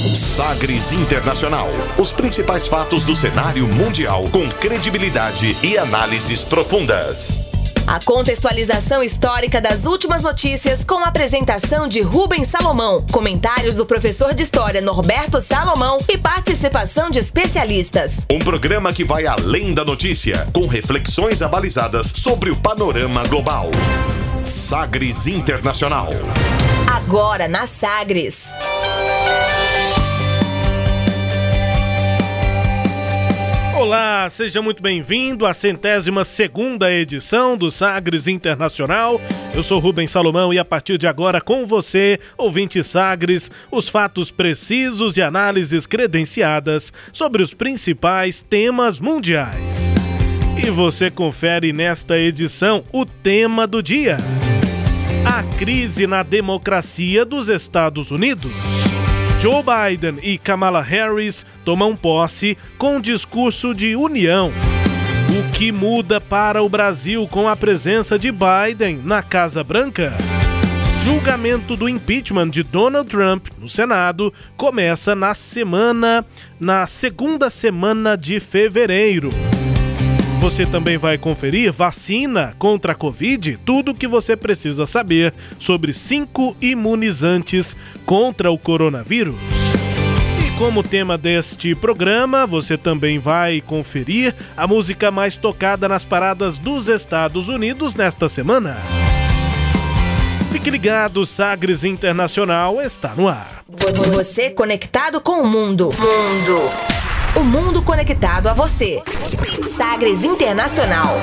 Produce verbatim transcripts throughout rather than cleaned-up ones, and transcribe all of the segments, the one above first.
Sagres Internacional. Os principais fatos do cenário mundial com credibilidade e análises profundas. A contextualização histórica das últimas notícias com a apresentação de Rubens Salomão, comentários do professor de História Norberto Salomão e participação de especialistas. Um programa que vai além da notícia, com reflexões abalizadas sobre o panorama global. Sagres Internacional. Agora na Sagres. Olá, seja muito bem-vindo à centésima segunda edição do Sagres Internacional. Eu sou Rubens Salomão e a partir de agora com você, ouvinte Sagres, os fatos precisos e análises credenciadas sobre os principais temas mundiais. E você confere nesta edição o tema do dia: a crise na democracia dos Estados Unidos. Joe Biden e Kamala Harris tomam posse com um discurso de união. O que muda para o Brasil com a presença de Biden na Casa Branca? Julgamento do impeachment de Donald Trump no Senado começa na semana, na segunda semana de fevereiro. Você também vai conferir vacina contra a Covid, tudo o que você precisa saber sobre cinco imunizantes contra o coronavírus. E como tema deste programa, você também vai conferir a música mais tocada nas paradas dos Estados Unidos nesta semana. Fique ligado, Sagres Internacional está no ar. Você conectado com o mundo. Mundo. O mundo conectado a você. Sagres Internacional.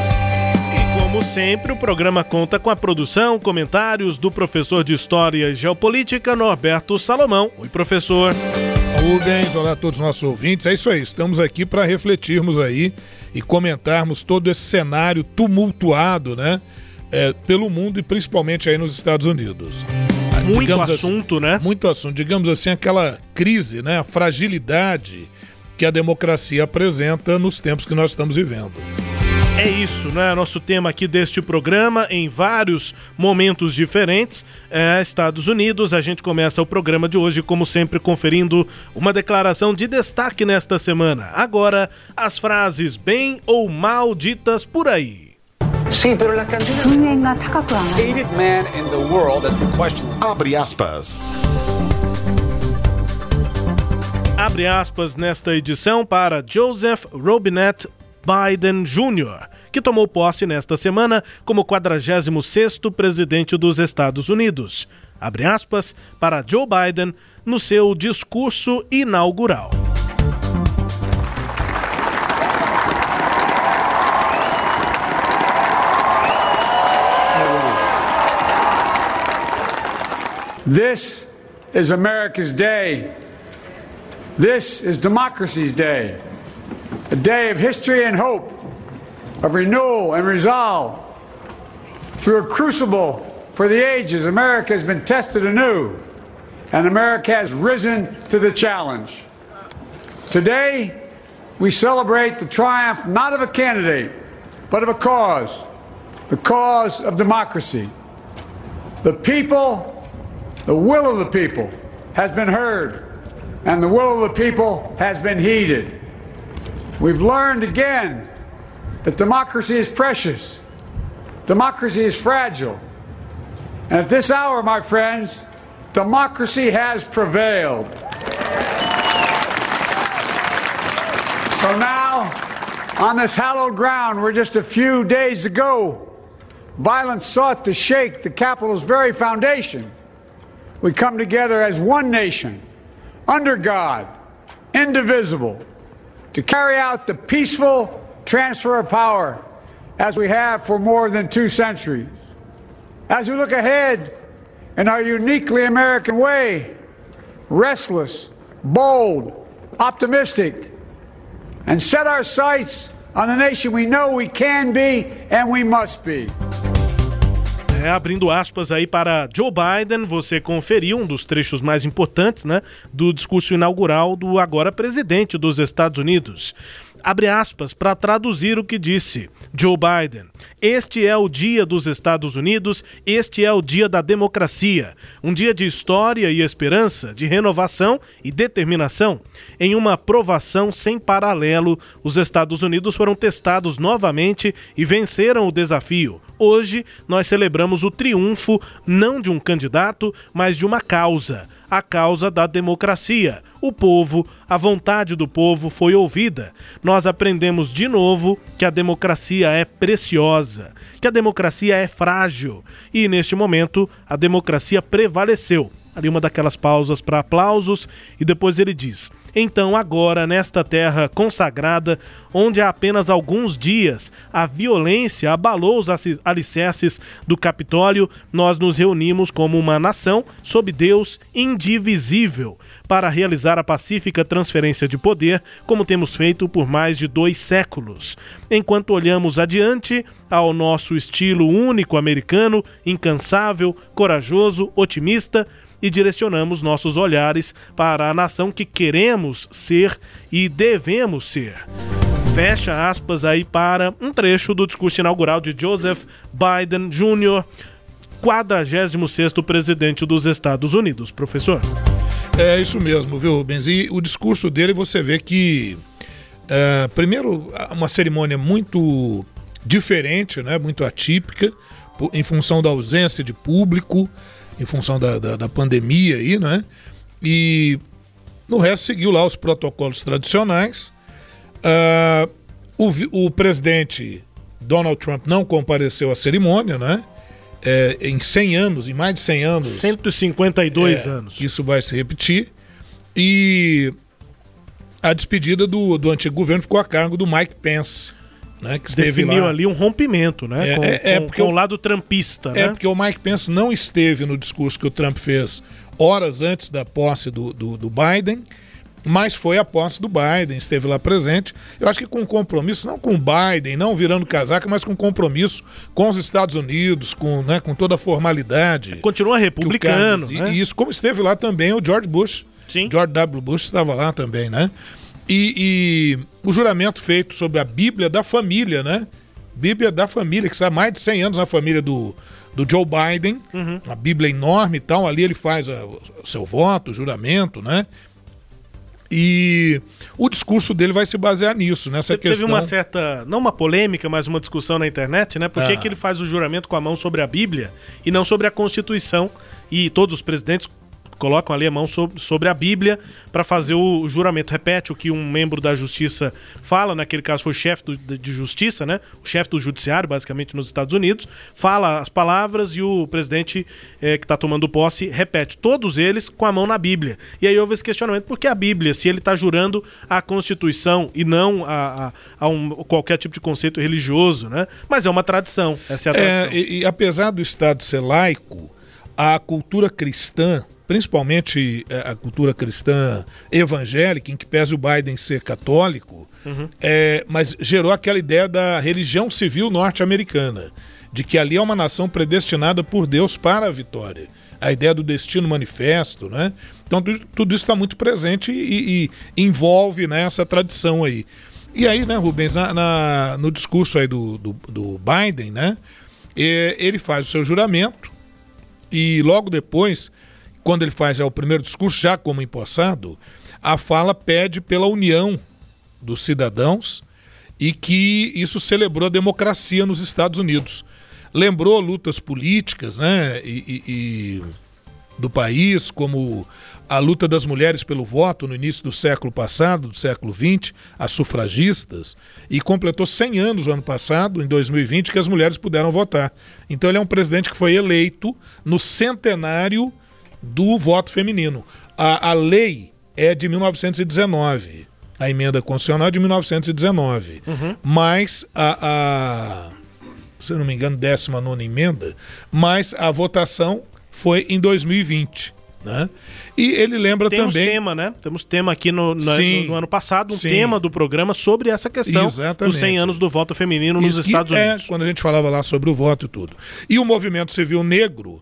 E como sempre, o programa conta com a produção, comentários do professor de História e Geopolítica, Norberto Salomão. Oi, professor. Rubens, olá a todos os nossos ouvintes. É isso aí, estamos aqui para refletirmos aí e comentarmos todo esse cenário tumultuado, né? É, pelo mundo e principalmente aí nos Estados Unidos. Muito digamos assunto, assim, né? Muito assunto. Digamos assim, aquela crise, né? A fragilidade que a democracia apresenta nos tempos que nós estamos vivendo. É isso, né? Nosso tema aqui deste programa, em vários momentos diferentes, é Estados Unidos. A gente começa o programa de hoje, como sempre, conferindo uma declaração de destaque nesta semana. Agora, as frases bem ou mal ditas por aí. Sim, pero la canción... Hated man in the world, that's the question. Abre aspas. Abre aspas nesta edição para Joseph Robinette Biden Júnior, que tomou posse nesta semana como quadragésimo sexto presidente dos Estados Unidos. Abre aspas para Joe Biden no seu discurso inaugural. This is America's day. This is democracy's day, a day of history and hope, of renewal and resolve. Through a crucible for the ages, America has been tested anew, and America has risen to the challenge. Today, we celebrate the triumph not of a candidate, but of a cause, the cause of democracy. The people, the will of the people, has been heard. And the will of the people has been heeded. We've learned again that democracy is precious. Democracy is fragile. And at this hour, my friends, democracy has prevailed. So now, on this hallowed ground where just a few days ago, violence sought to shake the Capitol's very foundation, we come together as one nation, under God, indivisible, to carry out the peaceful transfer of power as we have for more than two centuries. As we look ahead in our uniquely American way, restless, bold, optimistic, and set our sights on the nation we know we can be and we must be. É, abrindo aspas aí para Joe Biden, você conferiu um dos trechos mais importantes, né, do discurso inaugural do agora presidente dos Estados Unidos. abre aspas, para traduzir o que disse Joe Biden. Este é o dia dos Estados Unidos, este é o dia da democracia, um dia de história e esperança, de renovação e determinação. Em uma provação sem paralelo, os Estados Unidos foram testados novamente e venceram o desafio. Hoje, nós celebramos o triunfo não de um candidato, mas de uma causa, a causa da democracia. O povo, a vontade do povo foi ouvida. Nós aprendemos de novo que a democracia é preciosa, que a democracia é frágil. E, neste momento, a democracia prevaleceu. Ali uma daquelas pausas para aplausos e depois ele diz: então agora, nesta terra consagrada, onde há apenas alguns dias a violência abalou os alicerces do Capitólio, nós nos reunimos como uma nação sob Deus indivisível para realizar a pacífica transferência de poder, como temos feito por mais de dois séculos. Enquanto olhamos adiante ao nosso estilo único americano, incansável, corajoso, otimista, e direcionamos nossos olhares para a nação que queremos ser e devemos ser. Fecha aspas aí para um trecho do discurso inaugural de Joseph Biden Júnior, quadragésimo sexto presidente dos Estados Unidos. Professor? É isso mesmo, viu, Rubens? E o discurso dele, você vê que, é, primeiro, uma cerimônia muito diferente, né, muito atípica, em função da ausência de público, em função da, da, da pandemia aí, né? E no resto seguiu lá os protocolos tradicionais. Uh, o, o presidente Donald Trump não compareceu à cerimônia, né? É, em cem anos, em mais de cem anos. cento e cinquenta e dois é, anos. Isso vai se repetir. E a despedida do, do antigo governo ficou a cargo do Mike Pence, né, que esteve definiu lá. ali um rompimento, né, é, com, é, é com, porque com o o lado trumpista. É né? porque o Mike Pence não esteve no discurso que o Trump fez horas antes da posse do, do, do Biden, mas foi a posse do Biden, esteve lá presente. Eu acho que com compromisso, não com o Biden, não virando casaca, mas com compromisso com os Estados Unidos, com, né, com toda a formalidade. Continua republicano. E, né? e isso, como esteve lá também o George Bush. Sim. George W. Bush estava lá também, né? E, e o juramento feito sobre a Bíblia da família, né? Bíblia da família, que está há mais de cem anos na família do, do Joe Biden, uhum. Uma Bíblia enorme e tal, ali ele faz a, o seu voto, o juramento, né? E o discurso dele vai se basear nisso, nessa Teve questão... Teve uma certa, não uma polêmica, mas uma discussão na internet, né? Por que, ah. que ele faz o juramento com a mão sobre a Bíblia e não sobre a Constituição? E todos os presidentes colocam ali a mão sobre a Bíblia para fazer o juramento. Repete o que um membro da Justiça fala, naquele caso foi o chefe do, de Justiça, né? O chefe do Judiciário, basicamente, nos Estados Unidos, fala as palavras e o presidente é, que está tomando posse repete, todos eles com a mão na Bíblia. E aí houve esse questionamento, por que a Bíblia, se ele está jurando a Constituição e não a, a, a um, qualquer tipo de conceito religioso, né? Mas é uma tradição, essa é a tradição. É, e, e apesar do Estado ser laico, a cultura cristã, principalmente a cultura cristã evangélica, em que pese o Biden ser católico, uhum. é, mas gerou aquela ideia da religião civil norte-americana, de que ali é uma nação predestinada por Deus para a vitória. A ideia do destino manifesto, né? Então tudo isso está muito presente e, e envolve, né, essa tradição aí. E aí, né, Rubens, na, na, no discurso aí do, do, do Biden, né, ele faz o seu juramento e logo depois, quando ele faz já o primeiro discurso, já como empossado, a fala pede pela união dos cidadãos e que isso celebrou a democracia nos Estados Unidos. Lembrou lutas políticas, né, e, e, e do país, como a luta das mulheres pelo voto no início do século passado, do século vinte, as sufragistas, e completou cem anos no ano passado, em dois mil e vinte, que as mulheres puderam votar. Então ele é um presidente que foi eleito no centenário do voto feminino. A, a lei é de mil novecentos e dezenove, a emenda constitucional é de mil novecentos e dezenove, uhum. mas a, a, se eu não me engano, décima nona emenda, mas a votação foi em dois mil e vinte. Né? E ele lembra Temos também... tema, né? Temos tema aqui no, no, no, no ano passado, um sim. tema do programa sobre essa questão Exatamente. dos cem anos do voto feminino nos Isso, Estados Unidos. É, quando a gente falava lá sobre o voto e tudo. E o movimento civil negro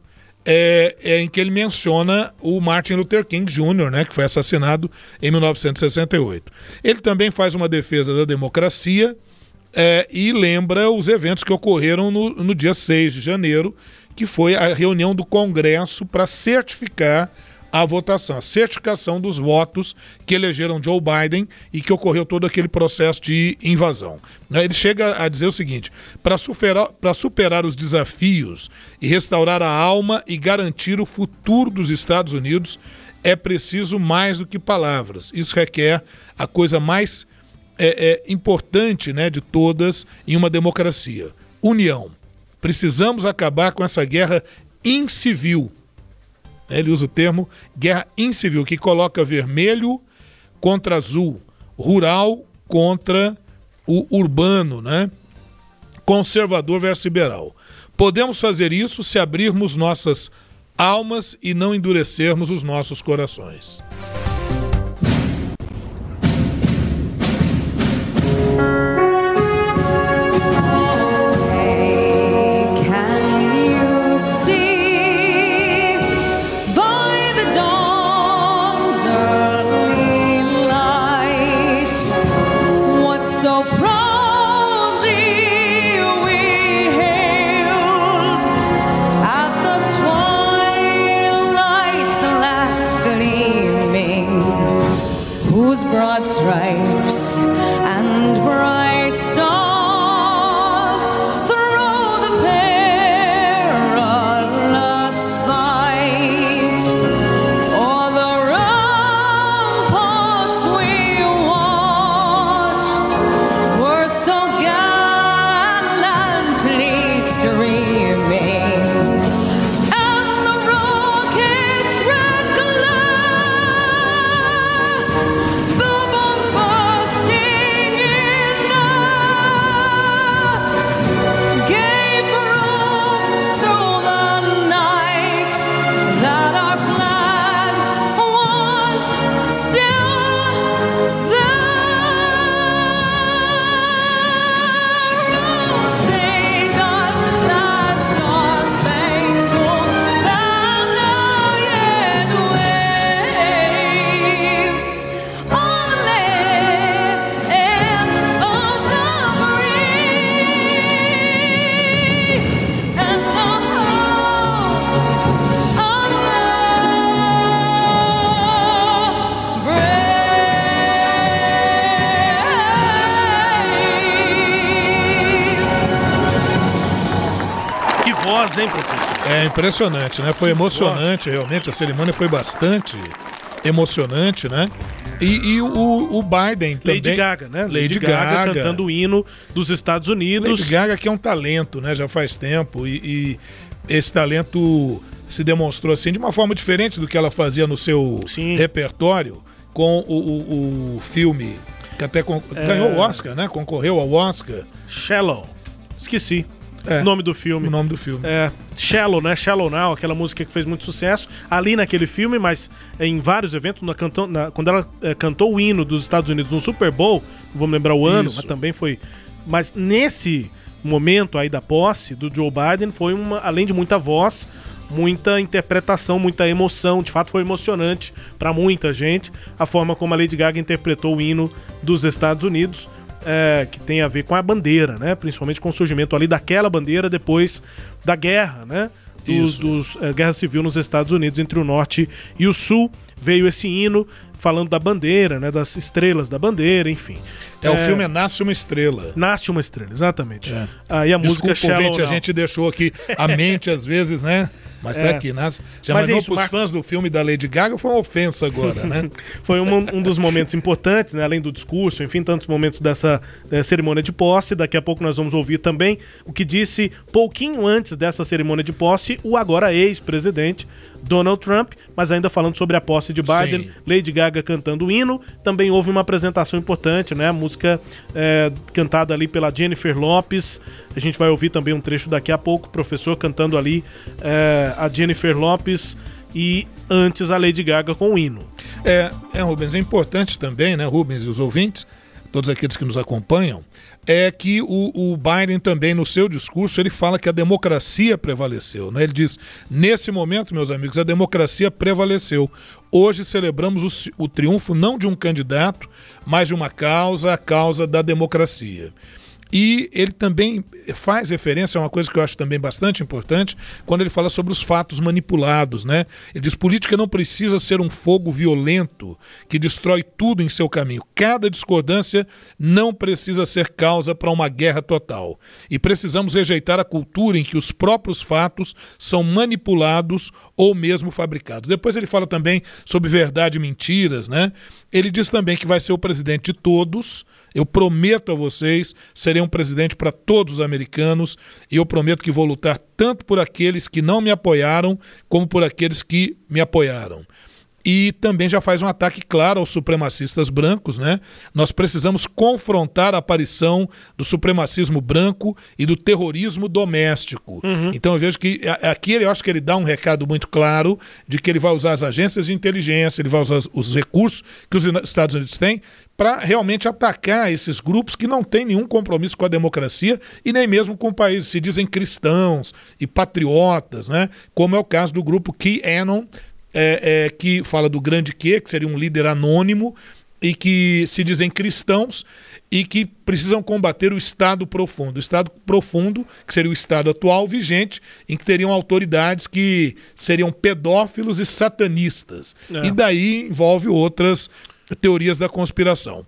é, é em que ele menciona o Martin Luther King Júnior, né, que foi assassinado em mil novecentos e sessenta e oito. Ele também faz uma defesa da democracia é, e lembra os eventos que ocorreram no, no dia seis de janeiro, que foi a reunião do Congresso para certificar a votação, a certificação dos votos que elegeram Joe Biden e que ocorreu todo aquele processo de invasão. Ele chega a dizer o seguinte: para superar, para superar os desafios e restaurar a alma e garantir o futuro dos Estados Unidos, é preciso mais do que palavras. Isso requer a coisa mais é, é, importante, né, de todas em uma democracia: união. Precisamos acabar com essa guerra incivil. Ele usa o termo guerra incivil, que coloca vermelho contra azul, rural contra o urbano, né? Conservador versus liberal. Podemos fazer isso se abrirmos nossas almas e não endurecermos os nossos corações. Broad stripes and bright stars through the perilous fight, o'er the ramparts we watched were so gallantly streaming, and the rockets' red voz, hein, professor? É impressionante, né? Foi emocionante, realmente. A cerimônia foi bastante emocionante, né? E, e o, o Biden também... Lady Gaga, né? Lady, Lady Gaga, Gaga cantando o hino dos Estados Unidos. Lady Gaga, que é um talento, né? Já faz tempo. E, e esse talento se demonstrou assim de uma forma diferente do que ela fazia no seu Sim. repertório com o, o, o filme que até con- é... ganhou o Oscar, né? Concorreu ao Oscar. Shallow. Esqueci. É, o nome do filme. O nome do filme. É, Shallow, né? Shallow Now, aquela música que fez muito sucesso ali naquele filme, mas em vários eventos, na cantão, na, quando ela é, cantou o hino dos Estados Unidos no Super Bowl, não vou me lembrar o ano, Isso. mas também foi... Mas nesse momento aí da posse do Joe Biden, foi uma, além de muita voz, muita interpretação, muita emoção. De fato, foi emocionante para muita gente a forma como a Lady Gaga interpretou o hino dos Estados Unidos. É, que tem a ver com a bandeira, né? Principalmente com o surgimento ali daquela bandeira depois da guerra, né? Dos, dos, é, guerra civil nos Estados Unidos entre o Norte e o Sul. Veio esse hino falando da bandeira, né? Das estrelas da bandeira, enfim. É, é o filme é Nasce uma Estrela. Nasce uma Estrela, exatamente. É. Aí a Desculpa, música Shallow ouvinte, a gente deixou aqui a mente às vezes, né? Mas tá é. aqui, Nasce. Já Mas imaginou é pros Mar... fãs do filme da Lady Gaga, foi uma ofensa agora, né? Foi um, um dos momentos importantes, né? Além do discurso, enfim, tantos momentos dessa é, cerimônia de posse. Daqui a pouco nós vamos ouvir também o que disse pouquinho antes dessa cerimônia de posse o agora ex-presidente Donald Trump, mas ainda falando sobre a posse de Biden. Sim. Lady Gaga cantando o hino. Também houve uma apresentação importante, né? A música é, cantada ali pela Jennifer Lopez. A gente vai ouvir também um trecho daqui a pouco, o professor cantando ali é, a Jennifer Lopez e antes a Lady Gaga com o hino. É, é, Rubens, é importante também, né, Rubens e os ouvintes, todos aqueles que nos acompanham, é que o, o Biden também, no seu discurso, ele fala que a democracia prevaleceu, né? Ele diz, nesse momento, meus amigos, a democracia prevaleceu. Hoje celebramos o, o triunfo não de um candidato, mas de uma causa, a causa da democracia. E ele também faz referência a uma coisa que eu acho também bastante importante, quando ele fala sobre os fatos manipulados, né? Ele diz, política não precisa ser um fogo violento que destrói tudo em seu caminho. Cada discordância não precisa ser causa para uma guerra total. E precisamos rejeitar a cultura em que os próprios fatos são manipulados ou mesmo fabricados. Depois ele fala também sobre verdade e mentiras, né? Ele diz também que vai ser o presidente de todos. Eu prometo a vocês, serei um presidente para todos os americanos e eu prometo que vou lutar tanto por aqueles que não me apoiaram como por aqueles que me apoiaram. E também já faz um ataque claro aos supremacistas brancos, né? Nós precisamos confrontar a aparição do supremacismo branco e do terrorismo doméstico. Uhum. Então eu vejo que aqui eu acho que ele dá um recado muito claro de que ele vai usar as agências de inteligência, ele vai usar os recursos que os Estados Unidos têm para realmente atacar esses grupos que não têm nenhum compromisso com a democracia e nem mesmo com o país, se dizem cristãos e patriotas, né? Como é o caso do grupo QAnon, É, é, que fala do grande Q, que seria um líder anônimo e que se dizem cristãos e que precisam combater o Estado profundo. O Estado profundo, que seria o Estado atual vigente, em que teriam autoridades que seriam pedófilos e satanistas. É. E daí envolve outras teorias da conspiração.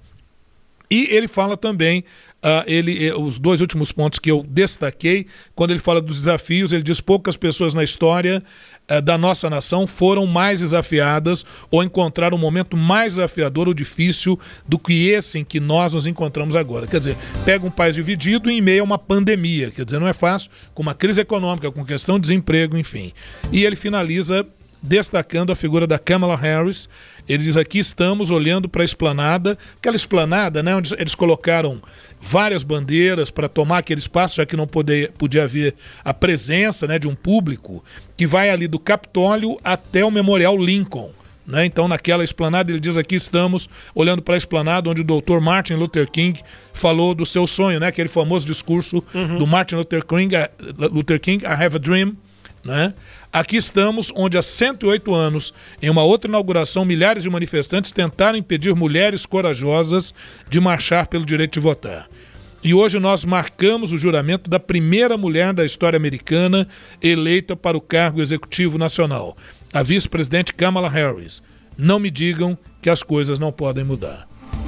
E ele fala também, uh, ele, os dois últimos pontos que eu destaquei, quando ele fala dos desafios, ele diz poucas pessoas na história da nossa nação foram mais desafiadas ou encontraram um momento mais desafiador ou difícil do que esse em que nós nos encontramos agora. Quer dizer, pega um país dividido em meio a uma pandemia, quer dizer, não é fácil, com uma crise econômica, com questão de desemprego, enfim. E ele finaliza destacando a figura da Kamala Harris. Ele diz, aqui estamos olhando para a esplanada, aquela esplanada, né, onde eles colocaram várias bandeiras para tomar aquele espaço, já que não podia, podia haver a presença, né, de um público, que vai ali do Capitólio até o Memorial Lincoln. Né? Então, naquela esplanada, ele diz, aqui estamos olhando para a esplanada onde o doutor Martin Luther King falou do seu sonho, né, aquele famoso discurso uhum. do Martin Luther King, Luther King, I Have a Dream. Né? Aqui estamos onde há cento e oito anos, em uma outra inauguração, milhares de manifestantes tentaram impedir mulheres corajosas de marchar pelo direito de votar. E hoje nós marcamos o juramento da primeira mulher da história americana eleita para o cargo executivo nacional, a vice-presidente Kamala Harris. Não me digam que as coisas não podem mudar.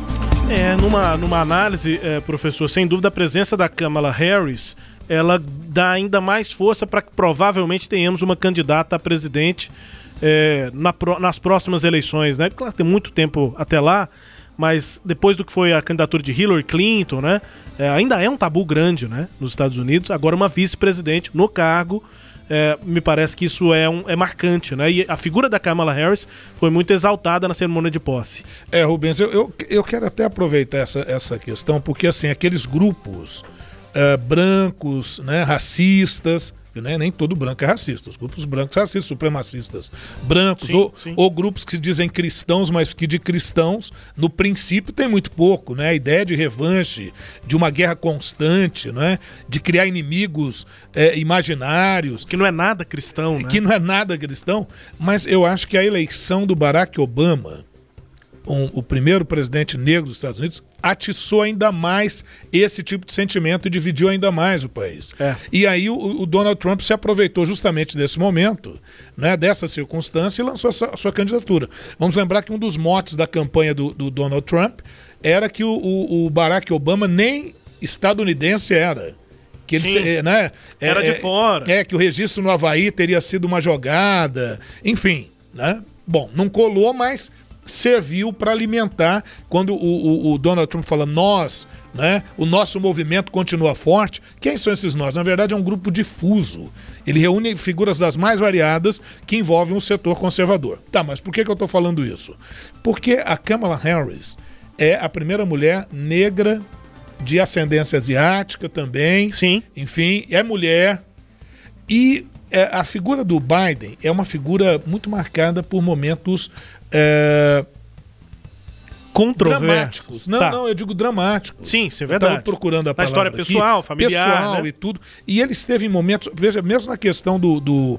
É, numa, numa análise, é, professor, sem dúvida a presença da Kamala Harris, ela dá ainda mais força para que provavelmente tenhamos uma candidata a presidente é, na, nas próximas eleições, né? Claro, tem muito tempo até lá, mas depois do que foi a candidatura de Hillary Clinton, né? É, ainda é um tabu grande, né? Nos Estados Unidos. Agora uma vice-presidente no cargo, é, me parece que isso é, um, é marcante, né? E a figura da Kamala Harris foi muito exaltada na cerimônia de posse. É, Rubens, eu, eu, eu quero até aproveitar essa, essa questão, porque assim, aqueles grupos Uh, brancos, né, racistas, né, nem todo branco é racista, os grupos brancos racistas, supremacistas brancos, sim, ou, sim. ou grupos que se dizem cristãos, mas que de cristãos, no princípio, tem muito pouco, né, a ideia de revanche, de uma guerra constante, né, de criar inimigos é, imaginários. Que não é nada cristão, né? Que não é nada cristão, mas eu acho que a eleição do Barack Obama, um, o primeiro presidente negro dos Estados Unidos, atiçou ainda mais esse tipo de sentimento e dividiu ainda mais o país. É. E aí o, o Donald Trump se aproveitou justamente desse momento, né, dessa circunstância, e lançou a sua, a sua candidatura. Vamos lembrar que um dos motes da campanha do, do Donald Trump era que o, o, o Barack Obama nem estadunidense era. Que ele, Sim, né, era é, de fora. É, que o registro no Havaí teria sido uma jogada, enfim, né? Bom, não colou, mas serviu para alimentar, quando o, o, o Donald Trump fala nós, né, o nosso movimento continua forte. Quem são esses nós? Na verdade é um grupo difuso. Ele reúne figuras das mais variadas que envolvem o setor conservador. Tá, mas por que, que eu estou falando isso? Porque a Kamala Harris é a primeira mulher negra de ascendência asiática também. Sim. Enfim, é mulher. E é, a figura do Biden é uma figura muito marcada por momentos É, controversos. Não, tá. não, eu digo dramáticos. Sim, isso é Eu verdade. estava procurando a Na palavra história aqui, pessoal, familiar, pessoal né? e tudo. E ele esteve em momentos, veja, mesmo na questão do, do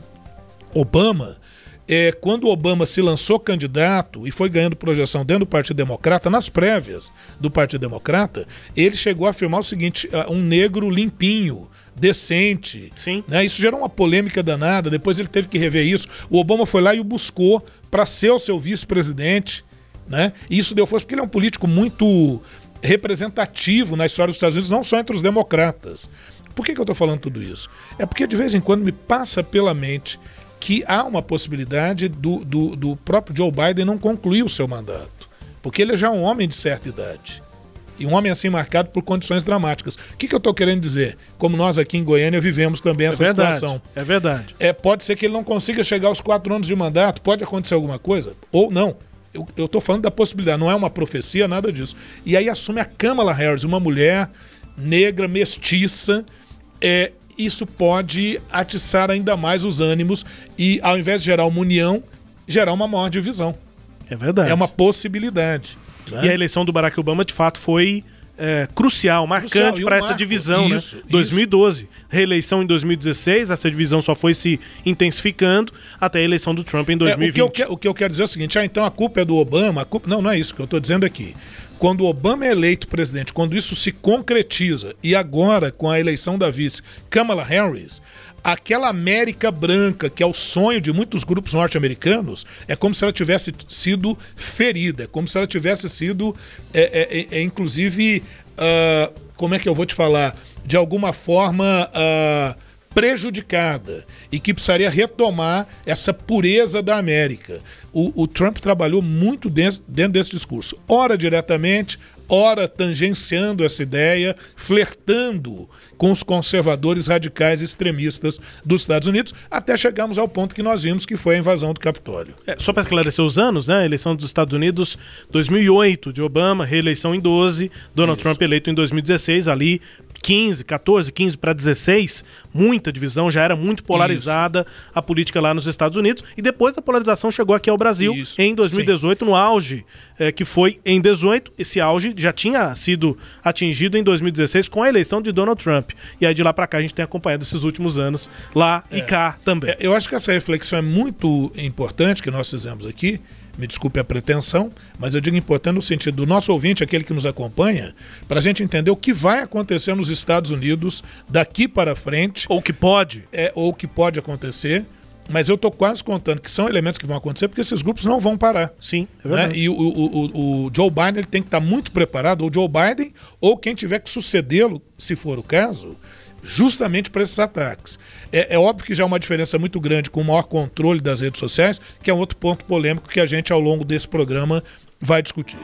Obama, é, quando o Obama se lançou candidato e foi ganhando projeção dentro do Partido Democrata, nas prévias do Partido Democrata, ele chegou a afirmar o seguinte: um negro limpinho, decente. Sim. Né? Isso gerou uma polêmica danada, depois ele teve que rever isso. O Obama foi lá e o buscou para ser o seu vice-presidente. Né? E isso deu força porque ele é um político muito representativo na história dos Estados Unidos, não só entre os democratas. Por que, que eu estou falando tudo isso? É porque de vez em quando me passa pela mente que há uma possibilidade do, do, do próprio Joe Biden não concluir o seu mandato, porque ele já é um homem de certa idade. E um homem assim marcado por condições dramáticas. O que, que eu estou querendo dizer? Como nós aqui em Goiânia vivemos também essa é verdade, situação. É verdade. É, pode ser que ele não consiga chegar aos quatro anos de mandato, pode acontecer alguma coisa, ou não. Eu estou falando da possibilidade, não é uma profecia, nada disso. E aí assume a Kamala Harris, uma mulher negra, mestiça. É, isso pode atiçar ainda mais os ânimos e, ao invés de gerar uma união, gerar uma maior divisão. É verdade. É uma possibilidade. Né? E a eleição do Barack Obama, de fato, foi é, crucial, marcante para essa marco, divisão, isso, né? dois mil e doze. Isso. Reeleição em dois mil e dezesseis, essa divisão só foi se intensificando até a eleição do Trump em dois mil e vinte. É, o, que eu, o que eu quero dizer é o seguinte: ah, então a culpa é do Obama, a culpa... Não, não é isso que eu estou dizendo aqui. Quando o Obama é eleito presidente, quando isso se concretiza, e agora com a eleição da vice Kamala Harris, aquela América branca, que é o sonho de muitos grupos norte-americanos, é como se ela tivesse sido ferida, é como se ela tivesse sido, é, é, é, inclusive, uh, como é que eu vou te falar, de alguma forma uh, prejudicada, e que precisaria retomar essa pureza da América. O, o Trump trabalhou muito dentro, dentro desse discurso, ora diretamente, ora tangenciando essa ideia, flertando com os conservadores radicais extremistas dos Estados Unidos, até chegarmos ao ponto que nós vimos, que foi a invasão do Capitólio. É, só para esclarecer os anos, né? Eleição dos Estados Unidos, dois mil e oito de Obama, reeleição em doze, Donald Isso. Trump eleito em dois mil e dezesseis, ali quinze, quatorze, quinze para dezesseis, muita divisão, já era muito polarizada Isso. a política lá nos Estados Unidos, e depois a polarização chegou aqui ao Brasil Isso. em dois mil e dezoito, Sim. no auge, é, que foi em dezoito, esse auge já tinha sido atingido em dois mil e dezesseis com a eleição de Donald Trump, e aí de lá para cá a gente tem acompanhado esses últimos anos lá é. e cá também. É, eu acho que essa reflexão é muito importante que nós fizemos aqui. Me desculpe a pretensão, mas eu digo importante no sentido do nosso ouvinte, aquele que nos acompanha, para a gente entender o que vai acontecer nos Estados Unidos daqui para frente. Ou que pode. É, ou que pode acontecer, mas eu estou quase contando que são elementos que vão acontecer, porque esses grupos não vão parar. Sim, é né? verdade. E o, o, o, o Joe Biden ele tem que estar muito preparado, ou Joe Biden, ou quem tiver que sucedê-lo, se for o caso, justamente para esses ataques. É, é óbvio que já há uma diferença muito grande com o maior controle das redes sociais, que é um outro ponto polêmico que a gente, ao longo desse programa, vai discutir.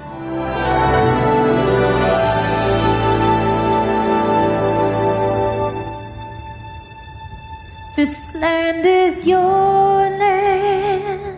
This land is your land.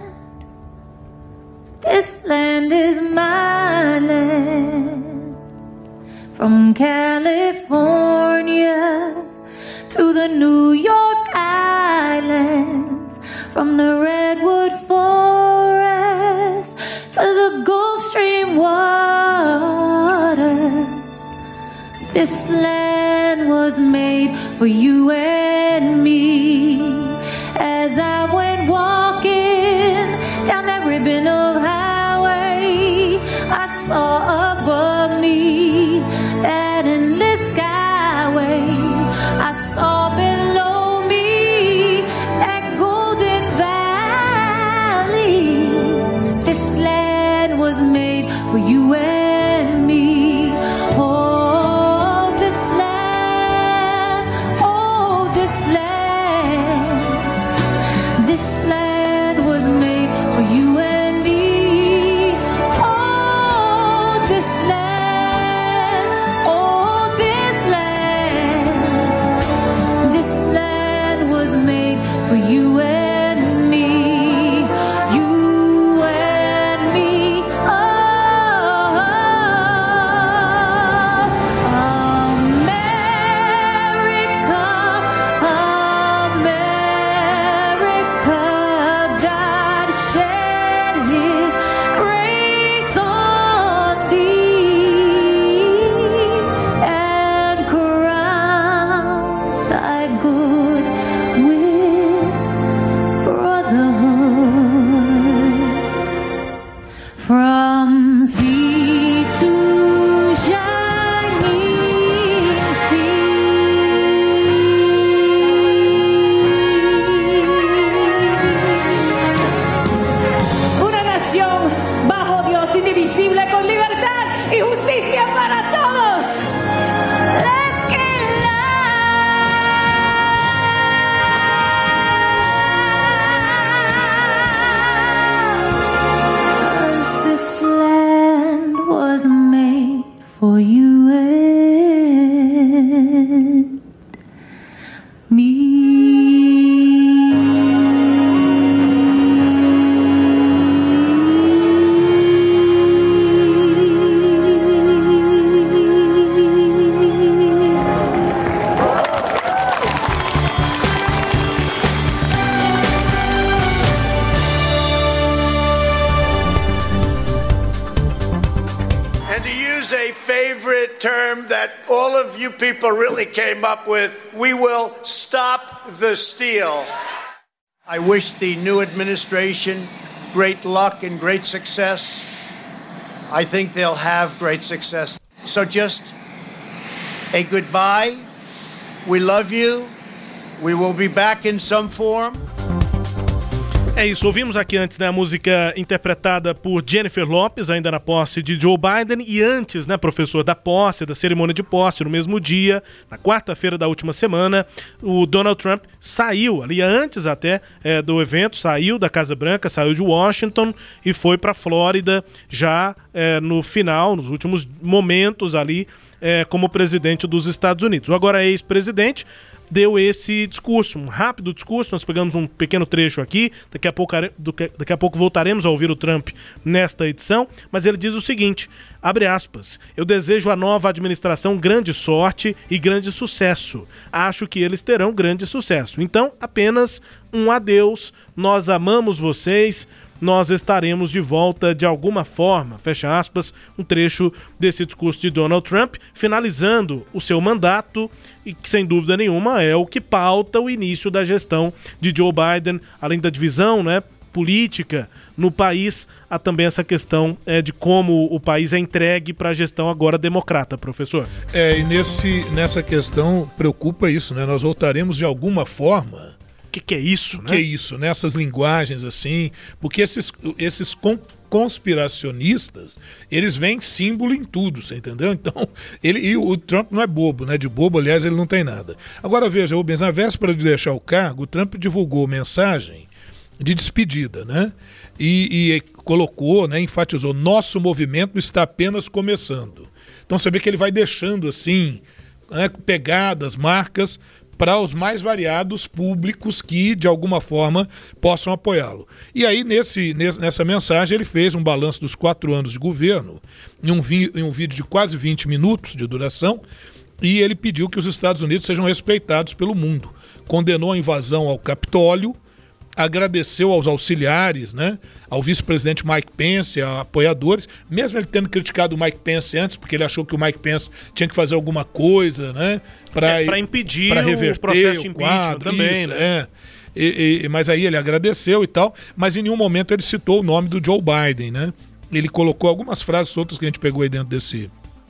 This land is my land. From California to the New York Islands, from the Redwood Forest to the Gulf Stream waters, this land was made for you and me. As I went walking down that ribbon of highway, I saw above me that endless skyway. I saw below me that golden valley. This land was made for you and me. Oh, this land, oh, this land, this land was made for you and me. Oh, this land, oh, this land, this land was made for you and me, you and me. Oh, Come see two shining seas. Una nación bajo Dios, indivisible, con libertad y justicia para todos. Let's get loud. This land was made for you and me. And to use a favorite term that all of you people really came up with, we will stop the steal. I wish the new administration great luck and great success. I think they'll have great success. So just a goodbye. We love you. We will be back in some form. É isso, ouvimos aqui antes, né, a música interpretada por Jennifer Lopez, ainda na posse de Joe Biden, e antes, né, professor, da posse, da cerimônia de posse, no mesmo dia, na quarta-feira da última semana, o Donald Trump saiu, ali antes até é, do evento, saiu da Casa Branca, saiu de Washington e foi para a Flórida já é, no final, nos últimos momentos ali, é, como presidente dos Estados Unidos. O agora ex-presidente deu esse discurso, um rápido discurso, nós pegamos um pequeno trecho aqui, daqui a pouco, daqui a pouco voltaremos a ouvir o Trump nesta edição, mas ele diz o seguinte, abre aspas, eu desejo à nova administração grande sorte e grande sucesso, acho que eles terão grande sucesso, então apenas um adeus, nós amamos vocês, nós estaremos de volta de alguma forma, fecha aspas, um trecho desse discurso de Donald Trump, finalizando o seu mandato e que, sem dúvida nenhuma, é o que pauta o início da gestão de Joe Biden, além da divisão, né, política no país, há também essa questão é, de como o país é entregue para a gestão agora democrata, professor. É, e nesse, nessa questão preocupa isso, né? Nós voltaremos de alguma forma... O que, que é isso, né? O que é isso, né? Essas linguagens assim, porque esses, esses con- conspiracionistas, eles veem símbolo em tudo, você entendeu? Então, ele, e o Trump não é bobo, né? De bobo, aliás, ele não tem nada. Agora veja, Rubens, na véspera de deixar o cargo, o Trump divulgou mensagem de despedida, né? E, e colocou, né, enfatizou, nosso movimento está apenas começando. Então você vê que ele vai deixando assim, né, pegadas, marcas, para os mais variados públicos que, de alguma forma, possam apoiá-lo. E aí, nesse, nessa mensagem, ele fez um balanço dos quatro anos de governo, em um, vi, em um vídeo de quase vinte minutos de duração, e ele pediu que os Estados Unidos sejam respeitados pelo mundo. Condenou a invasão ao Capitólio, agradeceu aos auxiliares, né, ao vice-presidente Mike Pence, a apoiadores, mesmo ele tendo criticado o Mike Pence antes, porque ele achou que o Mike Pence tinha que fazer alguma coisa, né, para é, impedir pra reverter o processo de o impeachment quadro, também, isso, né? É. E, e, mas aí ele agradeceu e tal, mas em nenhum momento ele citou o nome do Joe Biden, né? Ele colocou algumas frases outras que a gente pegou aí dentro desse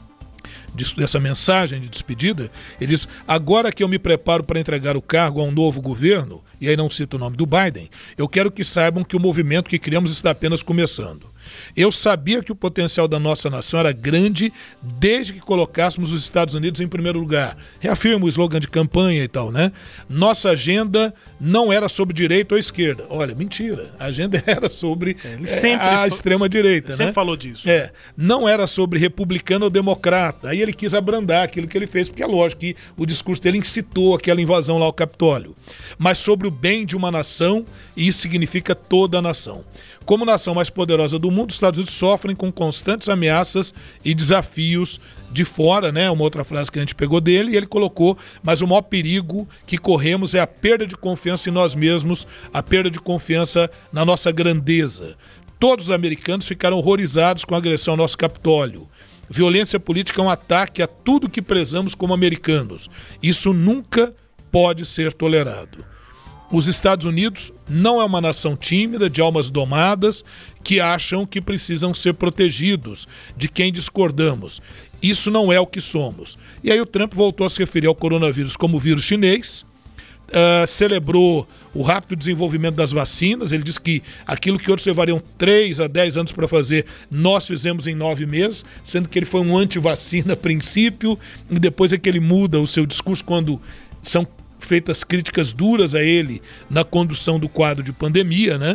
dessa mensagem de despedida. Ele diz, agora que eu me preparo para entregar o cargo a um novo governo, e aí não cita o nome do Biden, eu quero que saibam que o movimento que criamos está apenas começando. Eu sabia que o potencial da nossa nação era grande desde que colocássemos os Estados Unidos em primeiro lugar. Reafirma o slogan de campanha e tal, né? Nossa agenda não era sobre direita ou esquerda. Olha, mentira. A agenda era sobre Ele sempre é, a fa- extrema-direita, Sempre né? falou disso. É, não era sobre republicano ou democrata. Aí ele quis abrandar aquilo que ele fez, porque é lógico que o discurso dele incitou aquela invasão lá ao Capitólio. Mas sobre o bem de uma nação, e isso significa toda a nação. Como nação mais poderosa do mundo, os Estados Unidos sofrem com constantes ameaças e desafios de fora, né? Uma outra frase que a gente pegou dele, e ele colocou, mas o maior perigo que corremos é a perda de confiança em nós mesmos, a perda de confiança na nossa grandeza. Todos os americanos ficaram horrorizados com a agressão ao nosso Capitólio. Violência política é um ataque a tudo que prezamos como americanos. Isso nunca pode ser tolerado. Os Estados Unidos não é uma nação tímida, de almas domadas, que acham que precisam ser protegidos de quem discordamos. Isso não é o que somos. E aí o Trump voltou a se referir ao coronavírus como vírus chinês, uh, celebrou o rápido desenvolvimento das vacinas. Ele disse que aquilo que outros levariam três a dez anos para fazer, nós fizemos em nove meses, sendo que ele foi um anti-vacina a princípio, e depois é que ele muda o seu discurso quando são feitas críticas duras a ele na condução do quadro de pandemia, né?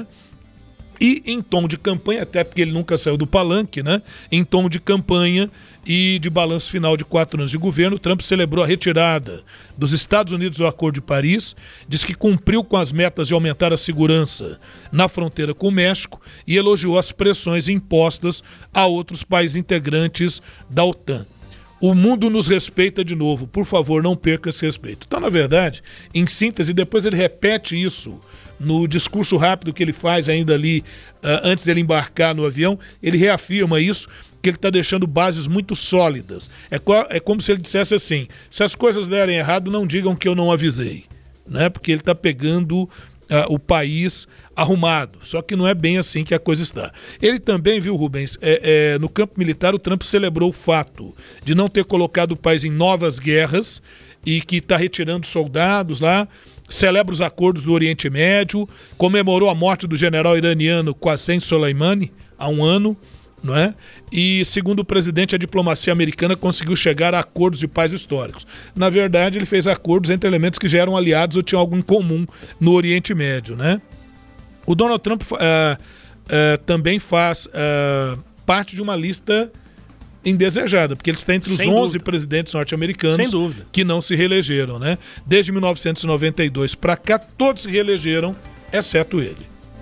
E em tom de campanha, até porque ele nunca saiu do palanque, né? Em tom de campanha e de balanço final de quatro anos de governo, Trump celebrou a retirada dos Estados Unidos do Acordo de Paris, disse que cumpriu com as metas de aumentar a segurança na fronteira com o México e elogiou as pressões impostas a outros países integrantes da OTAN. O mundo nos respeita de novo, por favor, não perca esse respeito. Então, na verdade, em síntese, depois ele repete isso no discurso rápido que ele faz ainda ali, uh, antes dele embarcar no avião, ele reafirma isso, que ele está deixando bases muito sólidas. É, co- é como se ele dissesse assim, se as coisas derem errado, não digam que eu não avisei, né? Porque ele está pegando Uh, o país arrumado, só que não é bem assim que a coisa está. Ele também, viu, Rubens, é, é, no campo militar o Trump celebrou o fato de não ter colocado o país em novas guerras e que está retirando soldados lá, celebra os acordos do Oriente Médio, comemorou a morte do general iraniano Qassem Soleimani há um ano, não é? E, segundo o presidente, a diplomacia americana conseguiu chegar a acordos de paz históricos. Na verdade, ele fez acordos entre elementos que já eram aliados ou tinham algo em comum no Oriente Médio, né? O Donald Trump uh, uh, também faz uh, parte de uma lista indesejada, porque ele está entre os Sem onze dúvida. presidentes norte-americanos Sem dúvida. que não se reelegeram, né? Desde mil novecentos e noventa e dois para cá, todos se reelegeram, exceto ele.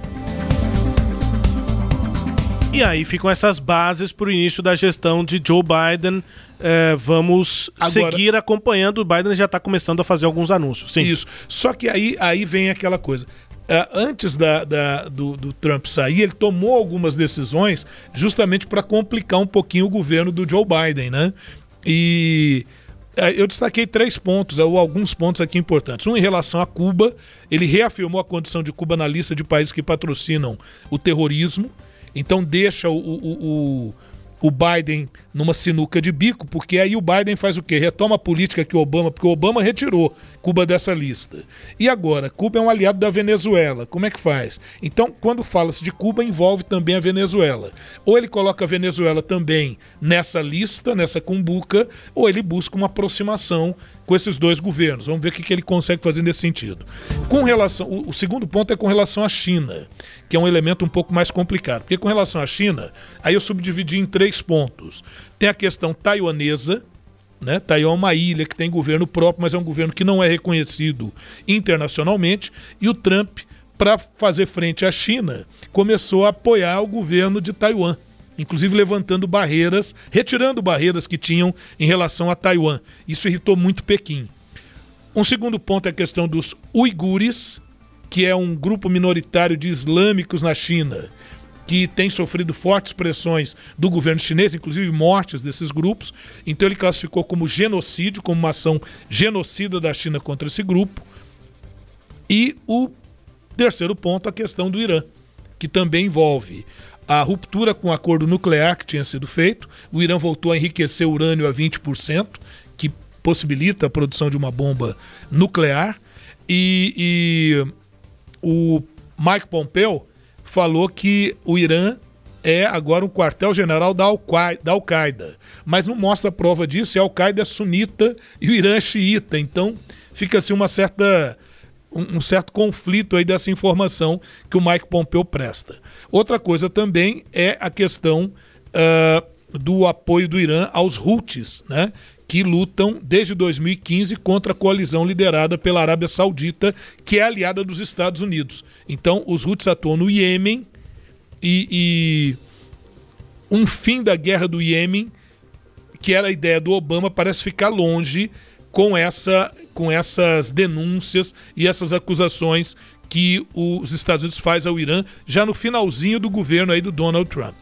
E aí ficam essas bases para o início da gestão de Joe Biden. É, vamos Agora, seguir acompanhando. O Biden já está começando a fazer alguns anúncios. Sim. Isso. Só que aí, aí vem aquela coisa. Uh, antes da, da, do, do Trump sair, ele tomou algumas decisões justamente para complicar um pouquinho o governo do Joe Biden, né? E uh, eu destaquei três pontos, ou alguns pontos aqui importantes. Um, em relação a Cuba, ele reafirmou a condição de Cuba na lista de países que patrocinam o terrorismo. Então deixa o, o, o, o Biden numa sinuca de bico, porque aí o Biden faz o quê? Retoma a política que o Obama, porque o Obama retirou Cuba dessa lista. E agora, Cuba é um aliado da Venezuela, como é que faz? Então, quando fala-se de Cuba, envolve também a Venezuela. Ou ele coloca a Venezuela também nessa lista, nessa cumbuca, ou ele busca uma aproximação com esses dois governos. Vamos ver o que ele consegue fazer nesse sentido. Com relação, o, o segundo ponto é com relação à China, que é um elemento um pouco mais complicado. Porque com relação à China, aí eu subdividi em três pontos. Tem a questão taiwanesa, né? Taiwan é uma ilha que tem governo próprio, mas é um governo que não é reconhecido internacionalmente. E o Trump, para fazer frente à China, começou a apoiar o governo de Taiwan, inclusive levantando barreiras, retirando barreiras que tinham em relação a Taiwan. Isso irritou muito Pequim. Um segundo ponto é a questão dos uigures, que é um grupo minoritário de islâmicos na China, que tem sofrido fortes pressões do governo chinês, inclusive mortes desses grupos. Então ele classificou como genocídio, como uma ação genocida da China contra esse grupo. E o terceiro ponto, a questão do Irã, que também envolve a ruptura com o acordo nuclear que tinha sido feito. O Irã voltou a enriquecer urânio a vinte por cento, que possibilita a produção de uma bomba nuclear. E, e o Mike Pompeo falou que o Irã é agora um quartel-general da Al-Qaeda, mas não mostra prova disso, e a Al-Qaeda é sunita e o Irã é xiita. Então fica assim uma certa... um certo conflito aí dessa informação que o Mike Pompeo presta. Outra coisa também é a questão uh, do apoio do Irã aos Houthis, né, que lutam desde dois mil e quinze contra a coalizão liderada pela Arábia Saudita, que é aliada dos Estados Unidos. Então, os Houthis atuam no Iêmen e, e um fim da guerra do Iêmen, que era a ideia do Obama, parece ficar longe com essa... com essas denúncias e essas acusações que os Estados Unidos faz ao Irã já no finalzinho do governo aí do Donald Trump.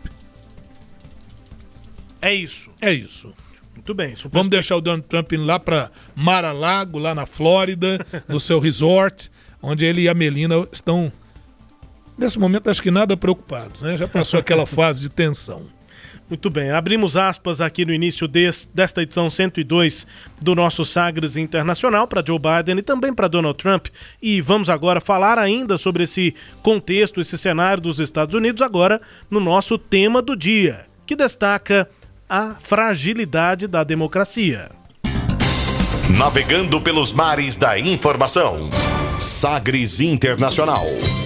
É isso. É isso. Muito bem. Isso Vamos deixar o Donald Trump indo lá para Mar-a-Lago, lá na Flórida, no seu resort, onde ele e a Melina estão, nesse momento, acho que nada preocupados, né? Já passou aquela fase de tensão. Muito bem, abrimos aspas aqui no início des, desta edição cento e dois do nosso Sagres Internacional para Joe Biden e também para Donald Trump, e vamos agora falar ainda sobre esse contexto, esse cenário dos Estados Unidos, agora no nosso tema do dia, que destaca a fragilidade da democracia. Navegando pelos mares da informação, Sagres Internacional.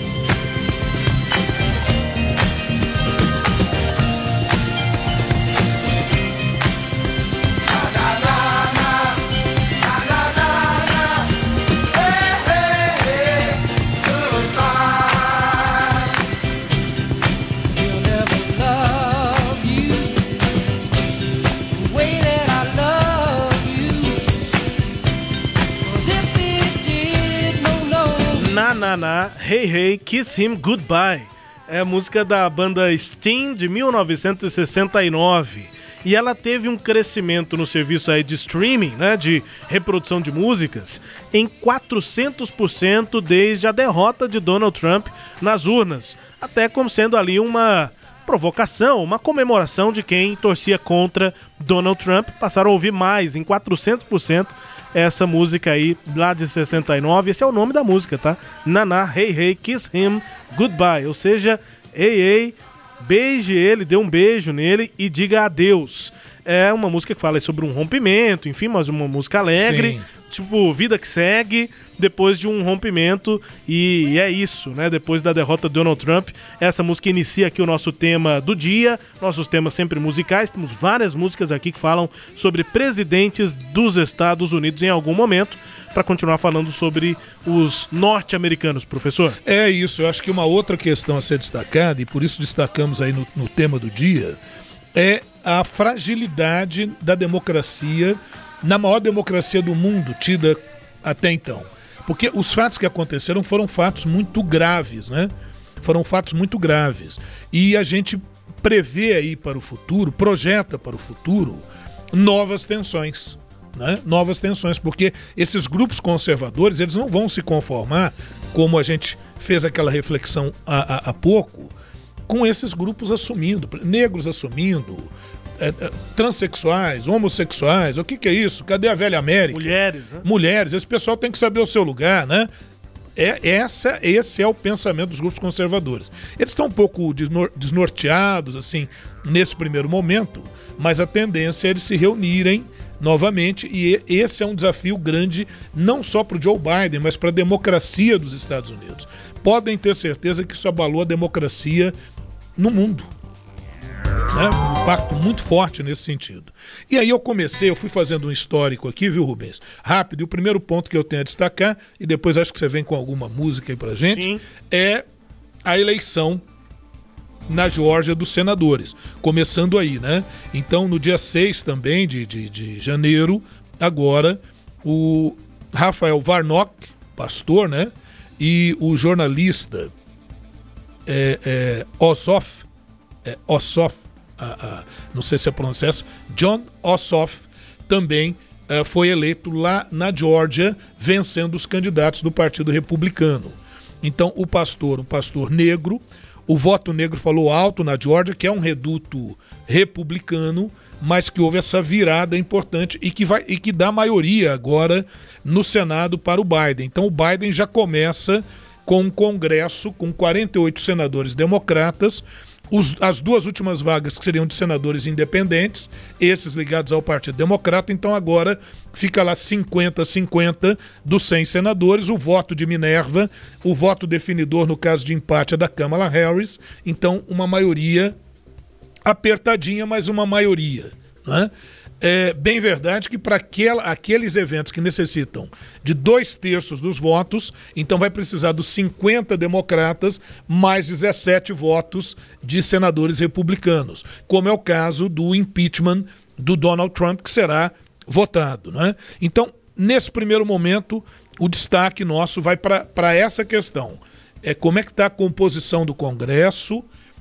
Na Na Na, Hey Hey, Kiss Him Goodbye. É a música da banda Sting de mil novecentos e sessenta e nove. E ela teve um crescimento no serviço aí de streaming, né, de reprodução de músicas, em quatrocentos por cento desde a derrota de Donald Trump nas urnas. Até como sendo ali uma provocação, uma comemoração de quem torcia contra Donald Trump. Passaram a ouvir mais, em quatrocentos por cento, essa música aí, lá de sessenta e nove, esse é o nome da música, tá? Naná, Hey Hey, Kiss Him Goodbye, ou seja, ei, ei, beije ele, dê um beijo nele e diga adeus. É uma música que fala sobre um rompimento, enfim, mas uma música alegre, sim, tipo, vida que segue depois de um rompimento, e é isso, né? Depois da derrota de Donald Trump, essa música inicia aqui o nosso tema do dia, nossos temas sempre musicais, temos várias músicas aqui que falam sobre presidentes dos Estados Unidos em algum momento, para continuar falando sobre os norte-americanos, professor. É isso, eu acho que uma outra questão a ser destacada, e por isso destacamos aí no, no tema do dia, é a fragilidade da democracia, na maior democracia do mundo, tida até então. Porque os fatos que aconteceram foram fatos muito graves, né? Foram fatos muito graves. E a gente prevê aí para o futuro, projeta para o futuro, novas tensões, né? Novas tensões, porque esses grupos conservadores, eles não vão se conformar, como a gente fez aquela reflexão há, há, há pouco, com esses grupos assumindo, negros assumindo, É, é, transexuais, homossexuais, o que que é isso? Cadê a velha América? Mulheres, né? Mulheres, esse pessoal tem que saber o seu lugar, né? É, essa, esse é o pensamento dos grupos conservadores. Eles estão um pouco desnorteados, assim, nesse primeiro momento, mas a tendência é eles se reunirem novamente, e esse é um desafio grande, não só para o Joe Biden, mas para a democracia dos Estados Unidos. Podem ter certeza que isso abalou a democracia no mundo. Né? Um impacto muito forte nesse sentido. E aí eu comecei, eu fui fazendo um histórico aqui, viu, Rubens? Rápido, e o primeiro ponto que eu tenho a destacar, e depois acho que você vem com alguma música aí pra gente, sim, é a eleição na Geórgia dos senadores. Começando aí, né? Então, no dia seis também de, de, de janeiro, agora, o Rafael Warnock, pastor, né? E o jornalista é, é, Ossoff, é, Ossoff, a, a, não sei se é pronunciar essa, John Ossoff, também uh, foi eleito lá na Geórgia, vencendo os candidatos do Partido Republicano. Então, o pastor, um pastor negro, o voto negro falou alto na Geórgia, que é um reduto republicano, mas que houve essa virada importante e que, vai, e que dá maioria agora no Senado para o Biden. Então, o Biden já começa com um Congresso com quarenta e oito senadores democratas, Os, as duas últimas vagas que seriam de senadores independentes, esses ligados ao Partido Democrata, então agora fica lá cinquenta a cinquenta dos cem senadores, o voto de Minerva, o voto definidor no caso de empate é da Kamala Harris, então uma maioria apertadinha, mas uma maioria, né? É bem verdade que para aqueles eventos que necessitam de dois terços dos votos, então vai precisar dos cinquenta democratas mais dezessete votos de senadores republicanos, como é o caso do impeachment do Donald Trump, que será votado, né? Então, nesse primeiro momento, o destaque nosso vai para essa questão. É, como é que está a composição do Congresso?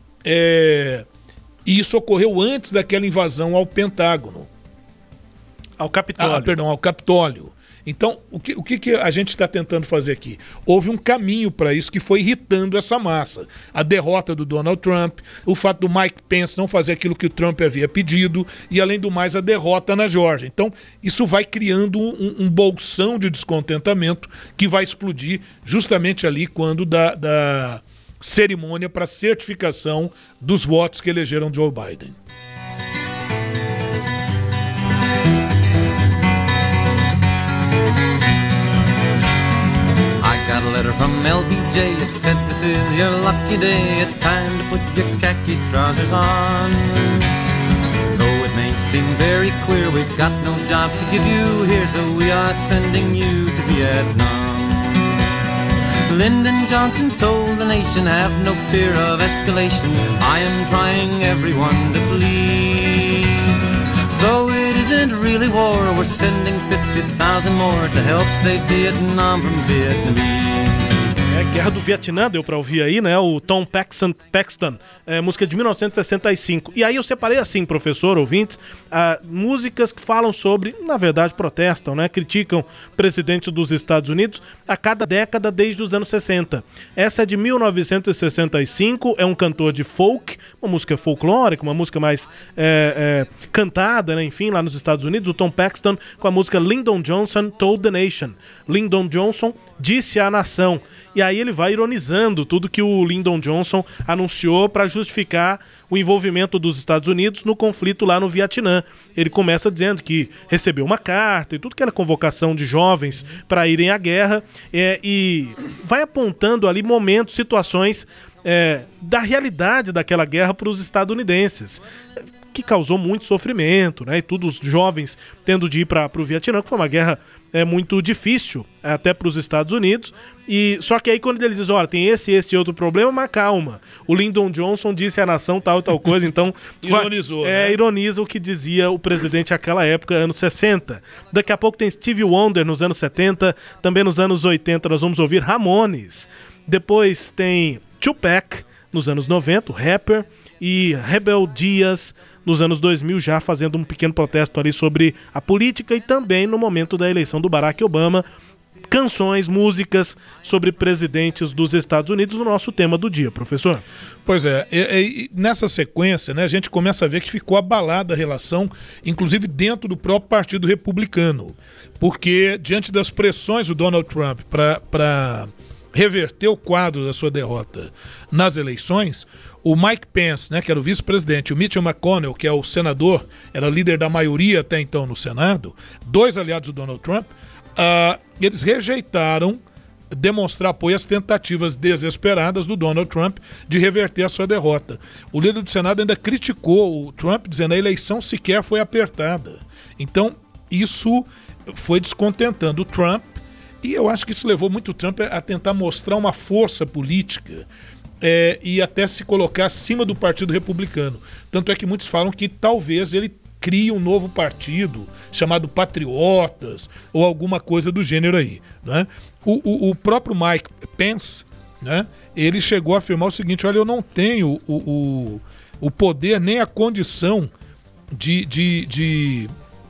É, e isso ocorreu antes daquela invasão ao Pentágono. Ao Capitólio. Ah, perdão, ao Capitólio. Então, o que, o que, que a gente está tentando fazer aqui? Houve um caminho para isso que foi irritando essa massa. A derrota do Donald Trump, o fato do Mike Pence não fazer aquilo que o Trump havia pedido e, além do mais, a derrota na Geórgia. Então, isso vai criando um, um bolsão de descontentamento que vai explodir justamente ali quando da, da cerimônia para certificação dos votos que elegeram Joe Biden. Got a letter from L B J, it said this is your lucky day, it's time to put your khaki trousers on. Though it may seem very clear we've got no jobs to give you here, so we are sending you to Vietnam. Lyndon Johnson told the nation, have no fear of escalation, I am trying everyone to please. Though it isn't really war, we're sending fifty thousand more to help save Vietnam from Vietnamese. É, Guerra do Vietnã, deu pra ouvir aí, né? O Tom Paxton, Paxton é, música de mil novecentos e sessenta e cinco. E aí eu separei assim, professor, ouvintes, ah, músicas que falam sobre, na verdade, protestam, né? Criticam presidentes dos Estados Unidos a cada década desde os anos sessenta. Essa é de mil novecentos e sessenta e cinco, é um cantor de folk, uma música folclórica, uma música mais é, é, cantada, né? Enfim, lá nos Estados Unidos, o Tom Paxton com a música Lyndon Johnson Told the Nation. Lyndon Johnson disse à nação. E aí ele vai ironizando tudo que o Lyndon Johnson anunciou para justificar o envolvimento dos Estados Unidos no conflito lá no Vietnã. Ele começa dizendo que recebeu uma carta e tudo que era convocação de jovens para irem à guerra, é, e vai apontando ali momentos, situações é, da realidade daquela guerra para os estadunidenses, que causou muito sofrimento, né? E tudo, os jovens tendo de ir para o Vietnã, que foi uma guerra é, muito difícil até para os Estados Unidos. E só que aí quando ele diz, olha, tem esse esse outro problema, mas calma, o Lyndon Johnson disse à nação tal tal coisa, então ironizou, é, né? ironiza o que dizia o presidente naquela época, anos sessenta. Daqui a pouco tem Stevie Wonder nos anos setenta, também nos anos oitenta nós vamos ouvir Ramones. Depois tem Tupac nos anos noventa, o rapper, e Rebel Diaz nos anos dois mil, já fazendo um pequeno protesto ali sobre a política, e também no momento da eleição do Barack Obama, canções, músicas sobre presidentes dos Estados Unidos, no nosso tema do dia, professor. Pois é, e, e, nessa sequência, né, a gente começa a ver que ficou abalada a relação, inclusive dentro do próprio Partido Republicano, porque diante das pressões do Donald Trump para reverter o quadro da sua derrota nas eleições, o Mike Pence, né, que era o vice-presidente, o Mitch McConnell, que é o senador, era líder da maioria até então no Senado, dois aliados do Donald Trump, uh, eles rejeitaram demonstrar apoio às tentativas desesperadas do Donald Trump de reverter a sua derrota. O líder do Senado ainda criticou o Trump, dizendo que a eleição sequer foi apertada. Então, isso foi descontentando o Trump, e eu acho que isso levou muito o Trump a tentar mostrar uma força política É, e até se colocar acima do Partido Republicano. Tanto é que muitos falam que talvez ele crie um novo partido chamado Patriotas ou alguma coisa do gênero aí, né? O, o, o próprio Mike Pence, né, ele chegou a afirmar o seguinte: olha, eu não tenho o, o, o poder nem a condição de, de, de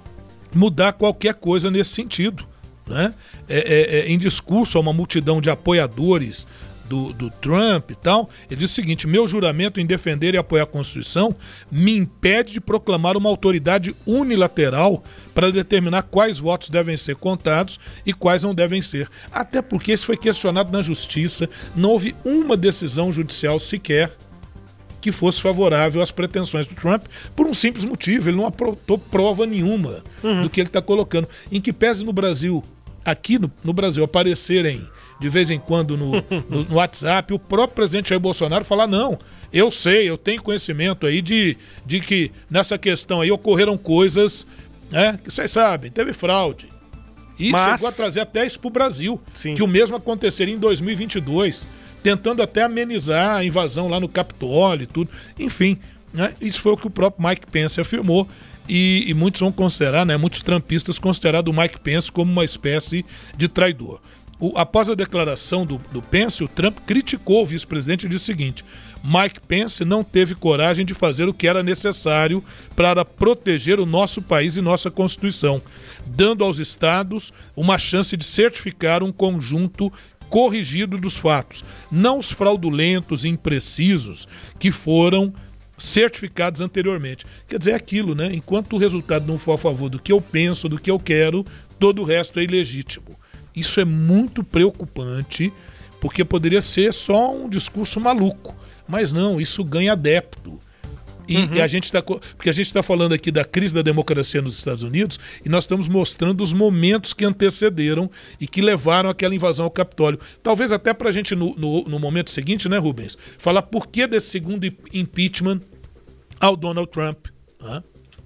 mudar qualquer coisa nesse sentido, né? É, é, é, em discurso a uma multidão de apoiadores Do, do Trump e tal, ele diz o seguinte: meu juramento em defender e apoiar a Constituição me impede de proclamar uma autoridade unilateral para determinar quais votos devem ser contados e quais não devem ser. Até porque isso foi questionado na Justiça, não houve uma decisão judicial sequer que fosse favorável às pretensões do Trump, por um simples motivo: ele não apontou prova nenhuma uhum. do que ele está colocando. Em que pese no Brasil, aqui no, no Brasil, aparecerem de vez em quando no, no, no WhatsApp, o próprio presidente Jair Bolsonaro falar: não, eu sei, eu tenho conhecimento aí de, de que nessa questão aí ocorreram coisas, né, que vocês sabem, teve fraude. E Mas... chegou a trazer até isso para o Brasil, Sim. que o mesmo aconteceria em dois mil e vinte e dois, tentando até amenizar a invasão lá no Capitólio e tudo. Enfim, né, isso foi o que o próprio Mike Pence afirmou. E, e muitos vão considerar, né, muitos trumpistas consideraram o Mike Pence como uma espécie de traidor. o, após a declaração do, do Pence, o Trump criticou o vice-presidente e disse o seguinte: Mike Pence não teve coragem de fazer o que era necessário para proteger o nosso país e nossa Constituição, dando aos estados uma chance de certificar um conjunto corrigido dos fatos, não os fraudulentos e imprecisos que foram certificados anteriormente. Quer dizer, é aquilo, né? Enquanto o resultado não for a favor do que eu penso, do que eu quero, todo o resto é ilegítimo. Isso é muito preocupante, porque poderia ser só um discurso maluco. Mas não, isso ganha adepto. E, uhum. e a gente tá, porque a gente está falando aqui da crise da democracia nos Estados Unidos e nós estamos mostrando os momentos que antecederam e que levaram àquela invasão ao Capitólio. Talvez até para a gente, no, no, no momento seguinte, né, Rubens, falar por que desse segundo impeachment ao Donald Trump. Né?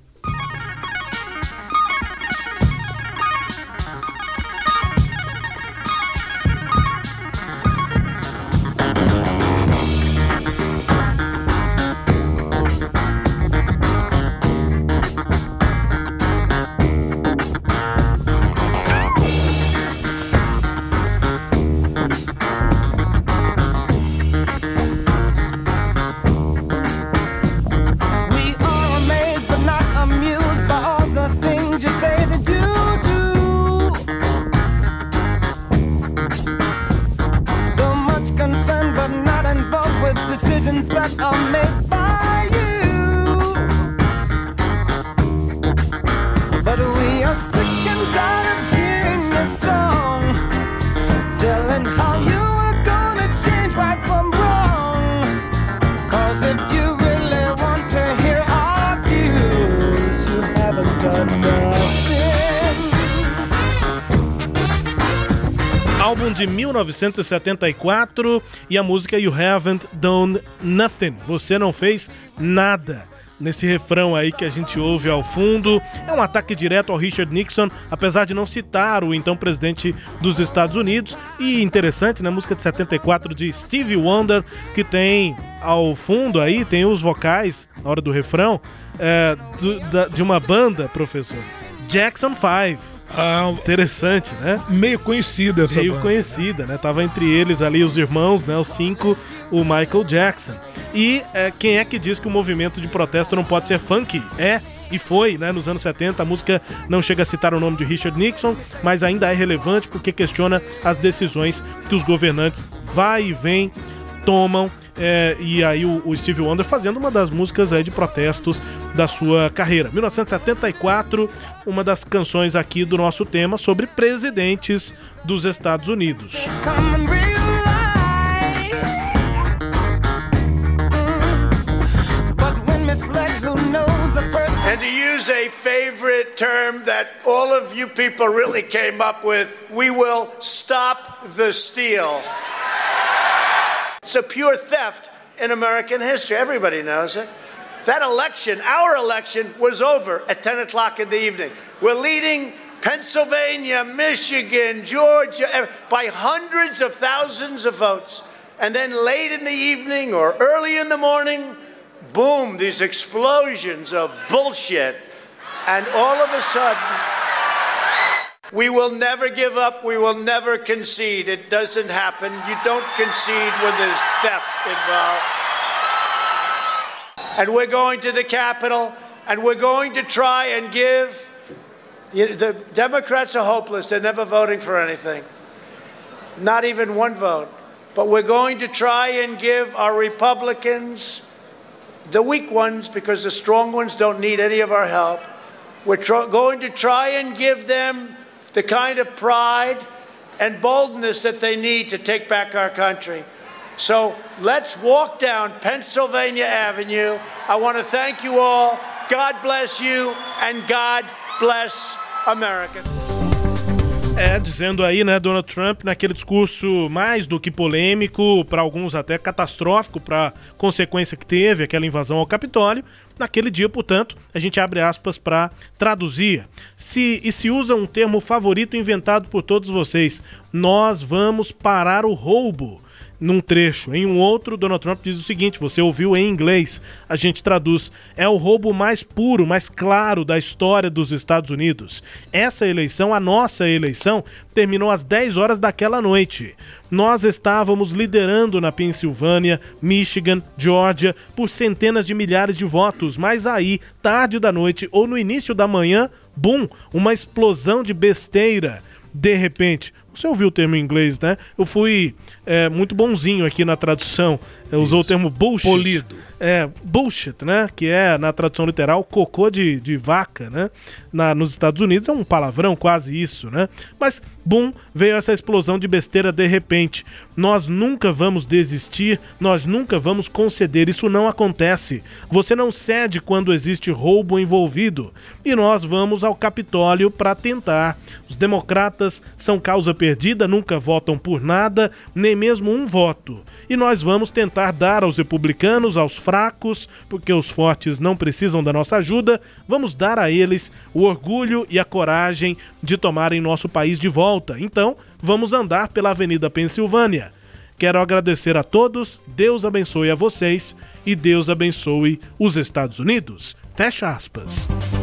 That are made by you, but we are sick and tired of hearing this song, telling how you are gonna change right from wrong. Cause if you really want to hear our views, you haven't done nothing. Álbum de mil novecentos e setenta e quatro e a música You Haven't Done Nothing. Você não fez nada. Nesse refrão aí que a gente ouve ao fundo, é um ataque direto ao Richard Nixon, apesar de não citar o então presidente dos Estados Unidos. E interessante, né, música de setenta e quatro de Stevie Wonder, que tem ao fundo aí, tem os vocais, na hora do refrão, é, do, da, de uma banda, professor, Jackson five. Ah, interessante, né? Meio conhecida essa Meio banda. conhecida, né? Tava entre eles ali os irmãos, né? Os cinco, o Michael Jackson. E é, quem é que diz que o movimento de protesto não pode ser funk? É, e foi, né? Nos anos setenta, a música não chega a citar o nome de Richard Nixon, mas ainda é relevante porque questiona as decisões que os governantes vai e vem tomam. É, e aí o, o Stevie Wonder fazendo uma das músicas aí de protestos da sua carreira. mil novecentos e setenta e quatro, uma das canções aqui do nosso tema sobre presidentes dos Estados Unidos. And to use a favorite term that all of you people really came up with, we will stop the steal. It's a pure theft in American history. Everybody knows it. That election, our election, was over at ten o'clock in the evening. We're leading Pennsylvania, Michigan, Georgia, by hundreds of thousands of votes. And then late in the evening or early in the morning, boom, these explosions of bullshit. And all of a sudden, we will never give up. We will never concede. It doesn't happen. You don't concede when there's theft involved. And we're going to the Capitol, and we're going to try and give. You know, the Democrats are hopeless. They're never voting for anything. Not even one vote. But we're going to try and give our Republicans, the weak ones, because the strong ones don't need any of our help. We're tr- going to try and give them the kind of pride and boldness that they need to take back our country. So let's walk down Pennsylvania Avenue. I want to thank you all. God bless you and God bless America. É, dizendo aí, né, Donald Trump, naquele discurso mais do que polêmico, para alguns até catastrófico, para a consequência que teve, aquela invasão ao Capitólio. Naquele dia, portanto, a gente abre aspas para traduzir. Se, e se usa um termo favorito inventado por todos vocês: nós vamos parar o roubo. num trecho. Em um outro, Donald Trump diz o seguinte, você ouviu em inglês, a gente traduz: é o roubo mais puro, mais claro da história dos Estados Unidos. Essa eleição, a nossa eleição, terminou às dez horas daquela noite. Nós estávamos liderando na Pensilvânia, Michigan, Georgia, por centenas de milhares de votos, mas aí, tarde da noite ou no início da manhã, bum, uma explosão de besteira. De repente, você ouviu o termo em inglês, né? Eu fui é, muito bonzinho aqui na tradução. Eu usou o termo bullshit. Polido. É, bullshit, né? Que é, na tradução literal, cocô de, de vaca, né? Na, nos Estados Unidos é um palavrão, quase isso, né? Mas, bum, veio essa explosão de besteira de repente. Nós nunca vamos desistir, nós nunca vamos conceder, isso não acontece. Você não cede quando existe roubo envolvido. E nós vamos ao Capitólio para tentar. Os democratas são causa perdida, nunca votam por nada, nem mesmo um voto. E nós vamos tentar dar aos republicanos, aos fracos, porque os fortes não precisam da nossa ajuda, vamos dar a eles o orgulho e a coragem de tomarem nosso país de volta. Então, vamos andar pela Avenida Pensilvânia. Quero agradecer a todos, Deus abençoe a vocês e Deus abençoe os Estados Unidos. Fecha aspas.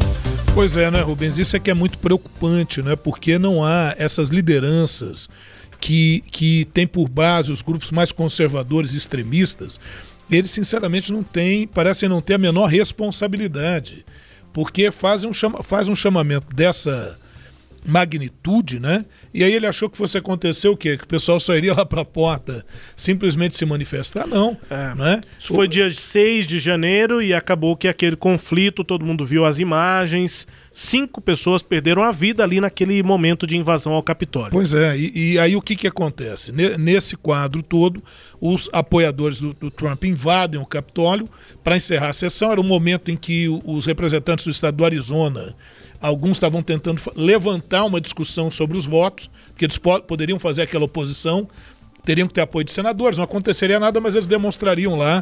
Pois é, né, Rubens? Isso é que é muito preocupante, né? Porque não há essas lideranças que, que têm por base os grupos mais conservadores e extremistas. Eles, sinceramente, não têm, parecem não ter a menor responsabilidade, porque fazem um, chama, faz um chamamento dessa magnitude, né? E aí ele achou que fosse acontecer o quê? Que o pessoal só iria lá para a porta simplesmente se manifestar? Não, é, né? Isso foi dia seis de janeiro e acabou que aquele conflito, todo mundo viu as imagens, cinco pessoas perderam a vida ali naquele momento de invasão ao Capitólio. Pois é, e, e aí o que que acontece? Nesse quadro todo, os apoiadores do, do Trump invadem o Capitólio para encerrar a sessão. Era o momento em que os representantes do estado do Arizona, alguns estavam tentando levantar uma discussão sobre os votos, porque eles po- poderiam fazer aquela oposição, teriam que ter apoio de senadores, não aconteceria nada, mas eles demonstrariam lá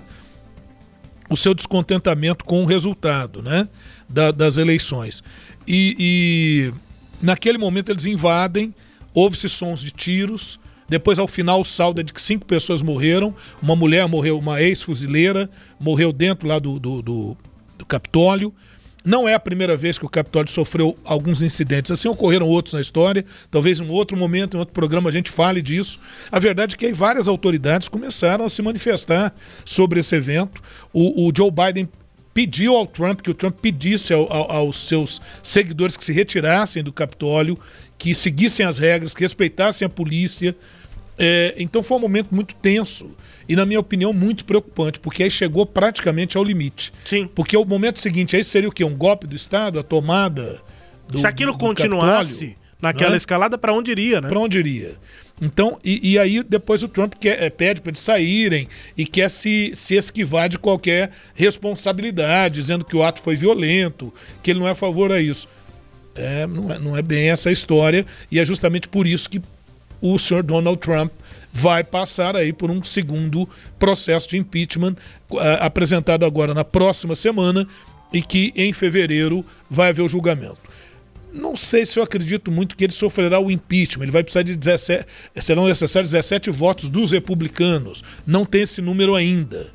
o seu descontentamento com o resultado, né, da, das eleições. E, e naquele momento eles invadem, houve-se sons de tiros, depois ao final o saldo é de que cinco pessoas morreram, uma mulher morreu, uma ex-fuzileira, morreu dentro lá do, do, do, do Capitólio. Não é a primeira vez que o Capitólio sofreu alguns incidentes. Assim ocorreram outros na história. Talvez em um outro momento, em outro programa, a gente fale disso. A verdade é que aí várias autoridades começaram a se manifestar sobre esse evento. O, o Joe Biden pediu ao Trump, que o Trump pedisse ao, ao, aos seus seguidores que se retirassem do Capitólio, que seguissem as regras, que respeitassem a polícia. É, então foi um momento muito tenso e, na minha opinião, muito preocupante, porque aí chegou praticamente ao limite. Sim. Porque o momento seguinte aí seria o quê? Um golpe do Estado, a tomada do Se aquilo do, do continuasse Capitólio, naquela né? escalada, para onde iria, né? Para onde iria? Então, e, e aí depois o Trump quer, é, pede para eles saírem e quer se, se esquivar de qualquer responsabilidade, dizendo que o ato foi violento, que ele não é a favor a isso. É, não, é, não é bem essa a história, e é justamente por isso que o senhor Donald Trump vai passar aí por um segundo processo de impeachment, uh, apresentado agora na próxima semana, e que em fevereiro vai haver o julgamento. Não sei se eu acredito muito que ele sofrerá o impeachment. Ele vai precisar de dezessete, serão necessários dezessete votos dos republicanos. Não tem esse número ainda.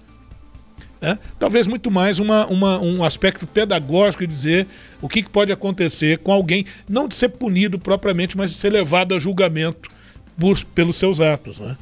É? Talvez muito mais uma, uma, um aspecto pedagógico de dizer o que, que pode acontecer com alguém, não de ser punido propriamente, mas de ser levado a julgamento por, pelos seus atos, né?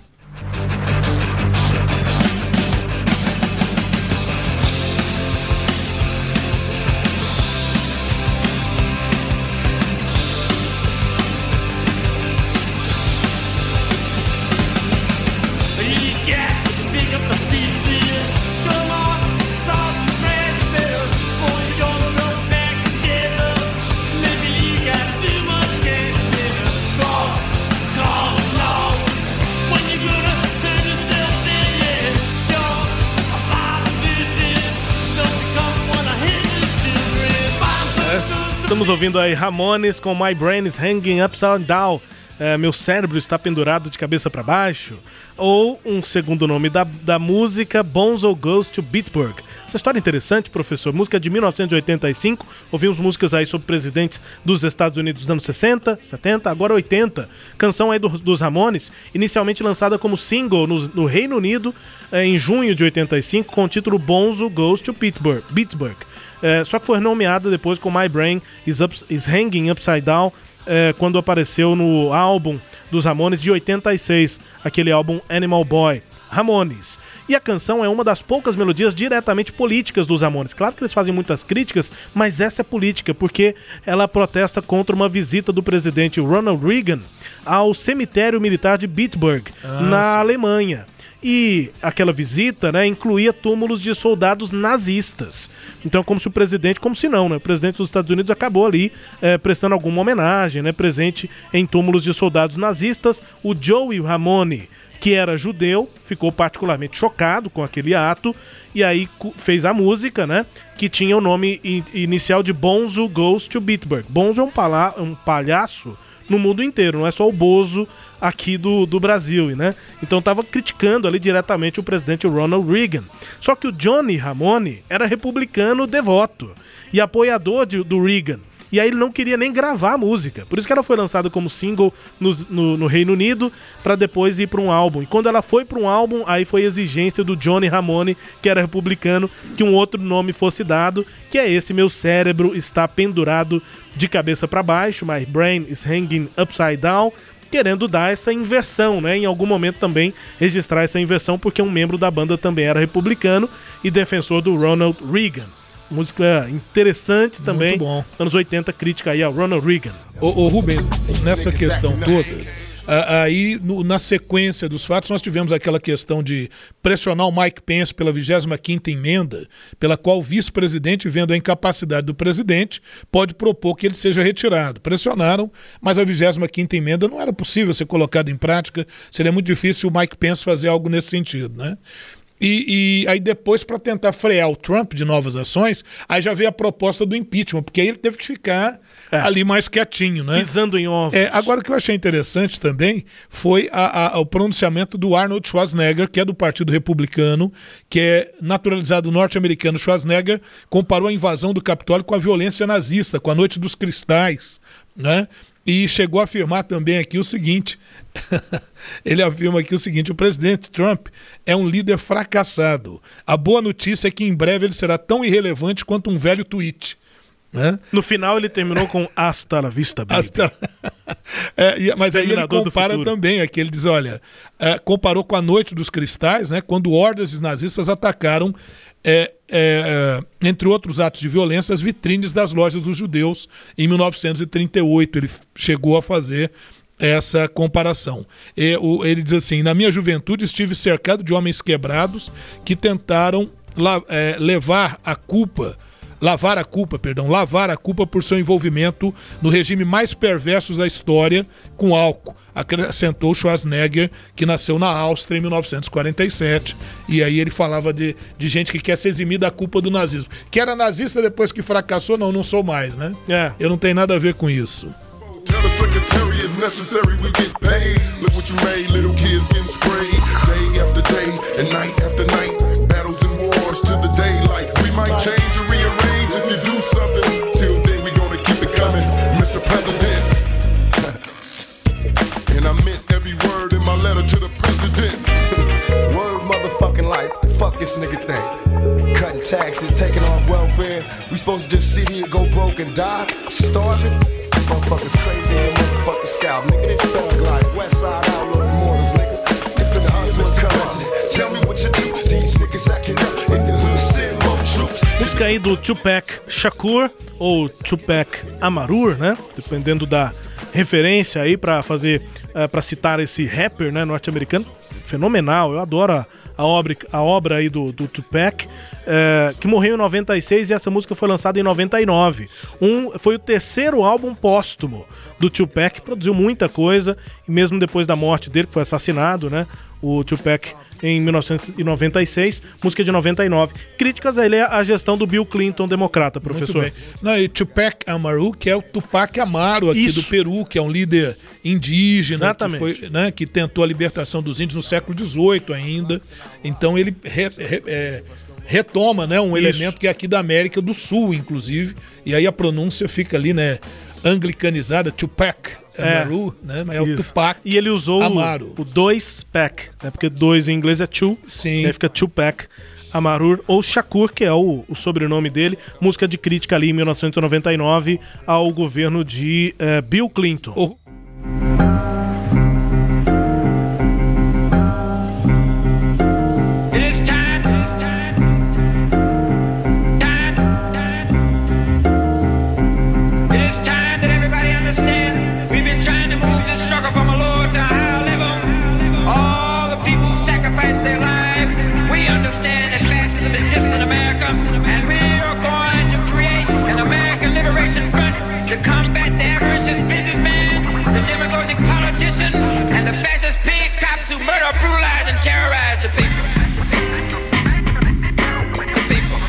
Estamos ouvindo aí Ramones com My Brain is Hanging Upside Down. é, Meu Cérebro Está Pendurado de Cabeça para Baixo, ou um segundo nome da, da música, Bonzo Goes to Bitburg. Essa história é interessante, professor. Música de mil novecentos e oitenta e cinco. Ouvimos músicas aí sobre presidentes dos Estados Unidos dos anos sessenta, setenta, agora oitenta. Canção aí do, dos Ramones, inicialmente lançada como single no, no Reino Unido eh, em junho de oitenta e cinco, com o título Bonzo Goes to Bitburg. Bitburg. Eh, só que foi nomeada depois com My Brain is, up, is Hanging Upside Down, eh, quando apareceu no álbum dos Ramones de oitenta e seis, aquele álbum Animal Boy. Ramones. E a canção é uma das poucas melodias diretamente políticas dos Ramones. Claro que eles fazem muitas críticas, mas essa é política, porque ela protesta contra uma visita do presidente Ronald Reagan ao cemitério militar de Bitburg, ah, na sim. Alemanha. E aquela visita, né, incluía túmulos de soldados nazistas. Então, como se o presidente, como se não, né, o presidente dos Estados Unidos acabou ali é, prestando alguma homenagem, né, presente em túmulos de soldados nazistas. O Joey Ramone, que era judeu, ficou particularmente chocado com aquele ato e aí fez a música, né, que tinha o nome in- inicial de Bonzo Goes to Bitburg. Bonzo é um, pala- um palhaço no mundo inteiro, não é só o Bozo aqui do, do Brasil, né? Então estava criticando ali diretamente o presidente Ronald Reagan. Só que o Johnny Ramone era republicano devoto e apoiador de, do Reagan. E aí ele não queria nem gravar a música. Por isso que ela foi lançada como single no, no, no Reino Unido, para depois ir para um álbum. E quando ela foi para um álbum, aí foi exigência do Johnny Ramone, que era republicano, que um outro nome fosse dado, que é esse Meu Cérebro Está Pendurado de Cabeça para Baixo, My Brain is Hanging Upside Down, querendo dar essa inversão, né? Em algum momento também registrar essa inversão, porque um membro da banda também era republicano e defensor do Ronald Reagan. Música interessante também. Muito bom. Anos oitenta, crítica aí ao Ronald Reagan. Ô, ô Rubens, nessa questão toda, a, aí no, na sequência dos fatos, nós tivemos aquela questão de pressionar o Mike Pence pela vigésima quinta emenda, pela qual o vice-presidente, vendo a incapacidade do presidente, pode propor que ele seja retirado. Pressionaram, mas a vigésima quinta emenda não era possível ser colocada em prática, seria muito difícil o Mike Pence fazer algo nesse sentido, né? E, e aí depois, para tentar frear o Trump de novas ações, aí já veio a proposta do impeachment, porque aí ele teve que ficar é. ali mais quietinho, né? Pisando em ovos. É, agora, o que eu achei interessante também foi a, a, o pronunciamento do Arnold Schwarzenegger, que é do Partido Republicano, que é naturalizado norte-americano. Schwarzenegger comparou a invasão do Capitólio com a violência nazista, com a Noite dos Cristais, né? E chegou a afirmar também aqui o seguinte, ele afirma aqui o seguinte: o presidente Trump é um líder fracassado. A boa notícia é que em breve ele será tão irrelevante quanto um velho tweet. Né? No final ele terminou com Hasta la vista, baby. Hasta... é, e, mas aí ele compara também, aqui ele diz, olha, é, comparou com a Noite dos Cristais, né, quando hordas de nazistas atacaram, É, é, entre outros atos de violência, as vitrines das lojas dos judeus em mil novecentos e trinta e oito. Ele chegou a fazer essa comparação. E, o, ele diz assim: na minha juventude estive cercado de homens quebrados que tentaram la, é, levar a culpa lavar a culpa, perdão, lavar a culpa por seu envolvimento no regime mais perverso da história com álcool. Acrescentou Schwarzenegger, que nasceu na Áustria em mil novecentos e quarenta e sete, e aí ele falava de, de gente que quer se eximir da culpa do nazismo. Que era nazista depois que fracassou, não, não sou mais, né? É. Eu não tenho nada a ver com isso. Tell the secretary it's necessary we get paid. Look what you made, little kids getting sprayed. Day after day and night after night. Battles and wars to the daylight. We might change or rearrange if you do something. Till then we gonna keep it coming, Mister President. And I meant every word in my letter to the president. Word motherfucking life. Fuck this nigga thing. Cutting taxes, taking off welfare. We supposed to just sit here, go broke and die? Starving? Motherfuckers crazy in the motherfucking scalp. Nigga, this thug life. West side outlaw immortals, nigga. If the hustle is coming, tell me what you do. These niggas acting up in the hood, send more troops. Música aí do Tupac Shakur, ou Tupac Amaru, né? Dependendo da referência aí pra fazer, uh, pra citar esse rapper, né, norte-americano. Fenomenal, eu adoro a A obra, a obra aí do, do Tupac, é, que morreu em noventa e seis, e essa música foi lançada em noventa e nove. Um, foi o terceiro álbum póstumo do Tupac, produziu muita coisa, e mesmo depois da morte dele, que foi assassinado, né, o Tupac em mil novecentos e noventa e seis, música de noventa e nove. Críticas a ele à gestão do Bill Clinton, democrata, professor. Muito bem. Não, e Tupac Amaru, que é o Tupac Amaro aqui Isso. do Peru, que é um líder indígena, Exatamente. Que, foi, né, que tentou a libertação dos índios no século dezoito ainda. Então ele re, re, é, retoma, né, um Isso. elemento que é aqui da América do Sul, inclusive, e aí a pronúncia fica ali, né, anglicanizada, Tupac Amaru, é, né, mas é isso. o Tupac E ele usou Amaro. o dois pack, né, porque dois em inglês é two, Sim. aí fica Tupac Amaru, ou Shakur, que é o, o sobrenome dele, música de crítica ali em mil novecentos e noventa e nove ao governo de uh, Bill Clinton. Oh. To combat the avaricious businessman, the demagogic politician, and the fascist pig cops who murder, brutalize, and terrorize the people. The people.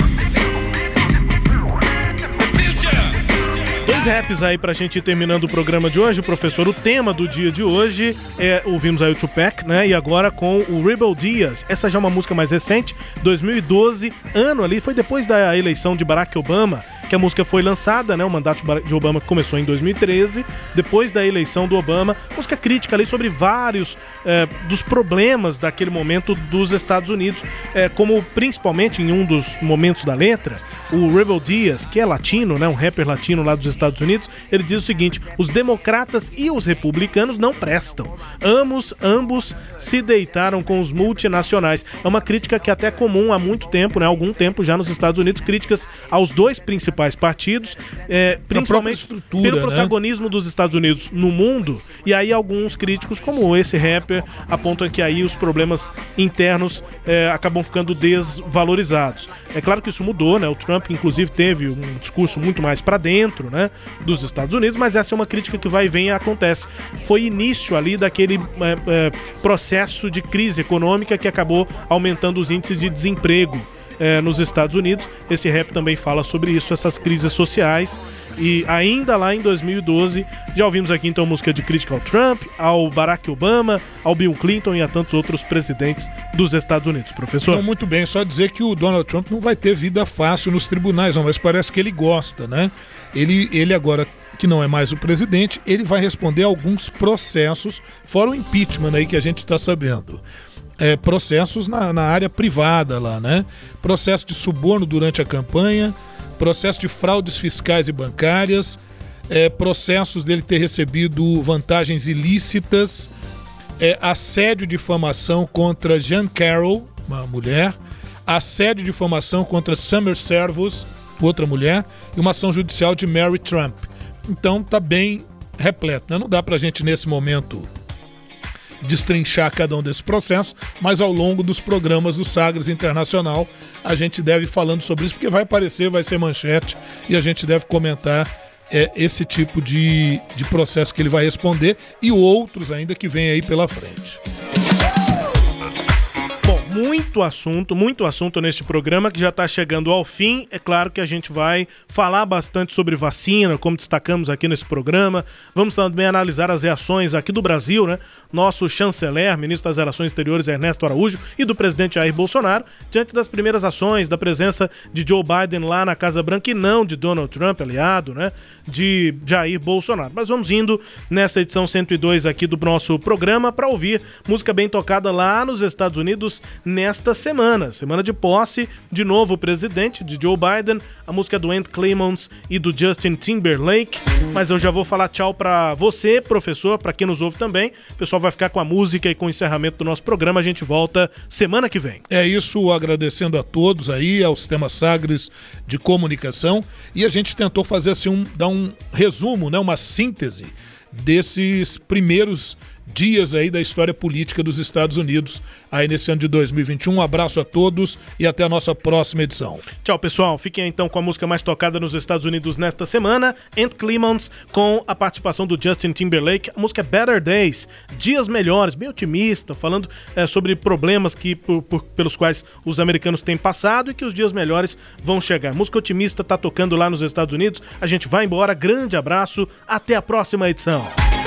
The future. Dois raps aí pra gente ir terminando o programa de hoje, professor. O tema do dia de hoje é, ouvimos aí o Tupac, né? E agora com o Rebel Diaz. Essa já é uma música mais recente, dois mil e doze, ano ali, foi depois da eleição de Barack Obama que a música foi lançada, né? O mandato de Obama começou em dois mil e treze, depois da eleição do Obama, música crítica ali sobre vários é, dos problemas daquele momento dos Estados Unidos, é, como principalmente em um dos momentos da letra, o Rebel Diaz, que é latino, né? Um rapper latino lá dos Estados Unidos, ele diz o seguinte: os democratas e os republicanos não prestam. Ambos, ambos se deitaram com os multinacionais. É uma crítica que até é comum há muito tempo, né? Há algum tempo já nos Estados Unidos, críticas aos dois principais partidos, é, principalmente pelo protagonismo, né, dos Estados Unidos no mundo. E aí alguns críticos, como esse rapper, apontam que aí os problemas internos é, acabam ficando desvalorizados. É claro que isso mudou, né? O Trump, inclusive, teve um discurso muito mais para dentro, né, dos Estados Unidos, mas essa é uma crítica que vai e vem e acontece. Foi início ali daquele é, é, processo de crise econômica que acabou aumentando os índices de desemprego É, nos Estados Unidos. Esse rap também fala sobre isso, essas crises sociais. E ainda lá em dois mil e doze, já ouvimos aqui então música de crítica ao Trump, ao Barack Obama, ao Bill Clinton e a tantos outros presidentes dos Estados Unidos. Professor? Não, muito bem, só dizer que o Donald Trump não vai ter vida fácil nos tribunais, não, mas parece que ele gosta, né? Ele, ele agora, que não é mais o presidente, ele vai responder a alguns processos, fora o impeachment aí que a gente está sabendo. É, processos na, na área privada lá, né? Processo de suborno durante a campanha, processo de fraudes fiscais e bancárias, é, processos dele ter recebido vantagens ilícitas, é, assédio e difamação contra Jean Carroll, uma mulher, assédio e difamação contra Summer Servos, outra mulher, e uma ação judicial de Mary Trump. Então tá bem repleto, né? Não dá pra gente nesse momento destrinchar cada um desses processos, mas ao longo dos programas do Sagres Internacional a gente deve ir falando sobre isso, porque vai aparecer, vai ser manchete e a gente deve comentar é, esse tipo de, de processo que ele vai responder e outros ainda que vem aí pela frente. Bom, muito assunto, muito assunto neste programa que já está chegando ao fim. É claro que a gente vai falar bastante sobre vacina, como destacamos aqui nesse programa. Vamos também analisar as reações aqui do Brasil, né? Nosso chanceler, ministro das Relações Exteriores, Ernesto Araújo, e do presidente Jair Bolsonaro, diante das primeiras ações, da presença de Joe Biden lá na Casa Branca e não de Donald Trump, aliado, né, de Jair Bolsonaro. Mas vamos indo nessa edição cento e dois aqui do nosso programa para ouvir música bem tocada lá nos Estados Unidos nesta semana. Semana de posse de novo presidente, de Joe Biden, a música do Ant Clemons e do Justin Timberlake. Mas eu já vou falar tchau para você, professor, para quem nos ouve também. O pessoal vai ficar com a música e com o encerramento do nosso programa. A gente volta semana que vem. É isso, agradecendo a todos aí, ao Sistema Sagres de Comunicação. E a gente tentou fazer assim, um, dar um resumo, né, uma síntese desses primeiros dias aí da história política dos Estados Unidos aí nesse ano de dois mil e vinte e um. Um abraço a todos e até a nossa próxima edição. Tchau, pessoal. Fiquem então com a música mais tocada nos Estados Unidos nesta semana, Ant Clemons, com a participação do Justin Timberlake. A música é Better Days, Dias Melhores, bem otimista, falando é, sobre problemas que, por, por, pelos quais os americanos têm passado e que os dias melhores vão chegar. Música otimista tá tocando lá nos Estados Unidos. A gente vai embora. Grande abraço. Até a próxima edição.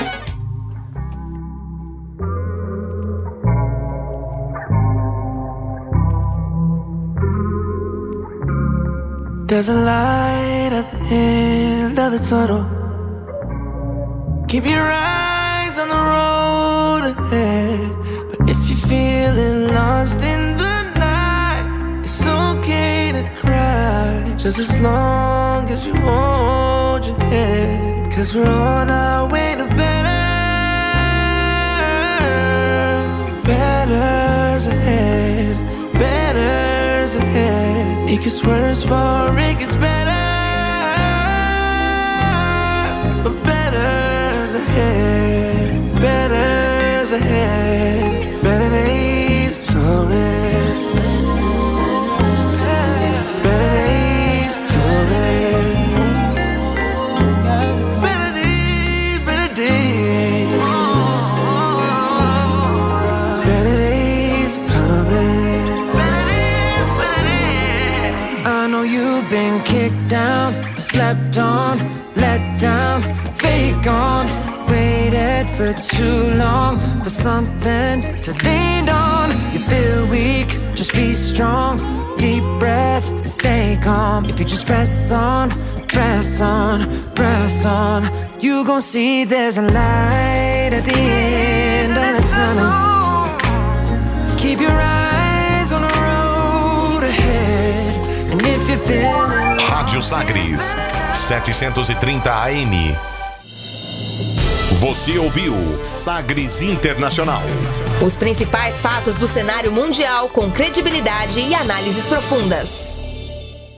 There's a light at the end of the tunnel. Keep your eyes on the road ahead. But if you're feeling lost in the night, it's okay to cry, just as long as you hold your head. Cause we're on our way to better. Better's ahead. Better's ahead. It gets worse before it gets better. But better's ahead. Better's ahead. Better days coming. Better days coming. Better days, better days. Better days coming. I know you've been kicked down, slept on, let down, faith gone. Waited for too long for something to lean on. You feel weak, just be strong. Deep breath, stay calm. If you just press on, press on, press on, you gon' see there's a light at the end of the tunnel. Keep your eyes on the road ahead. And if you're feeling Rádio Sagres, setecentos e trinta A M. Você ouviu Sagres Internacional. Os principais fatos do cenário mundial com credibilidade e análises profundas.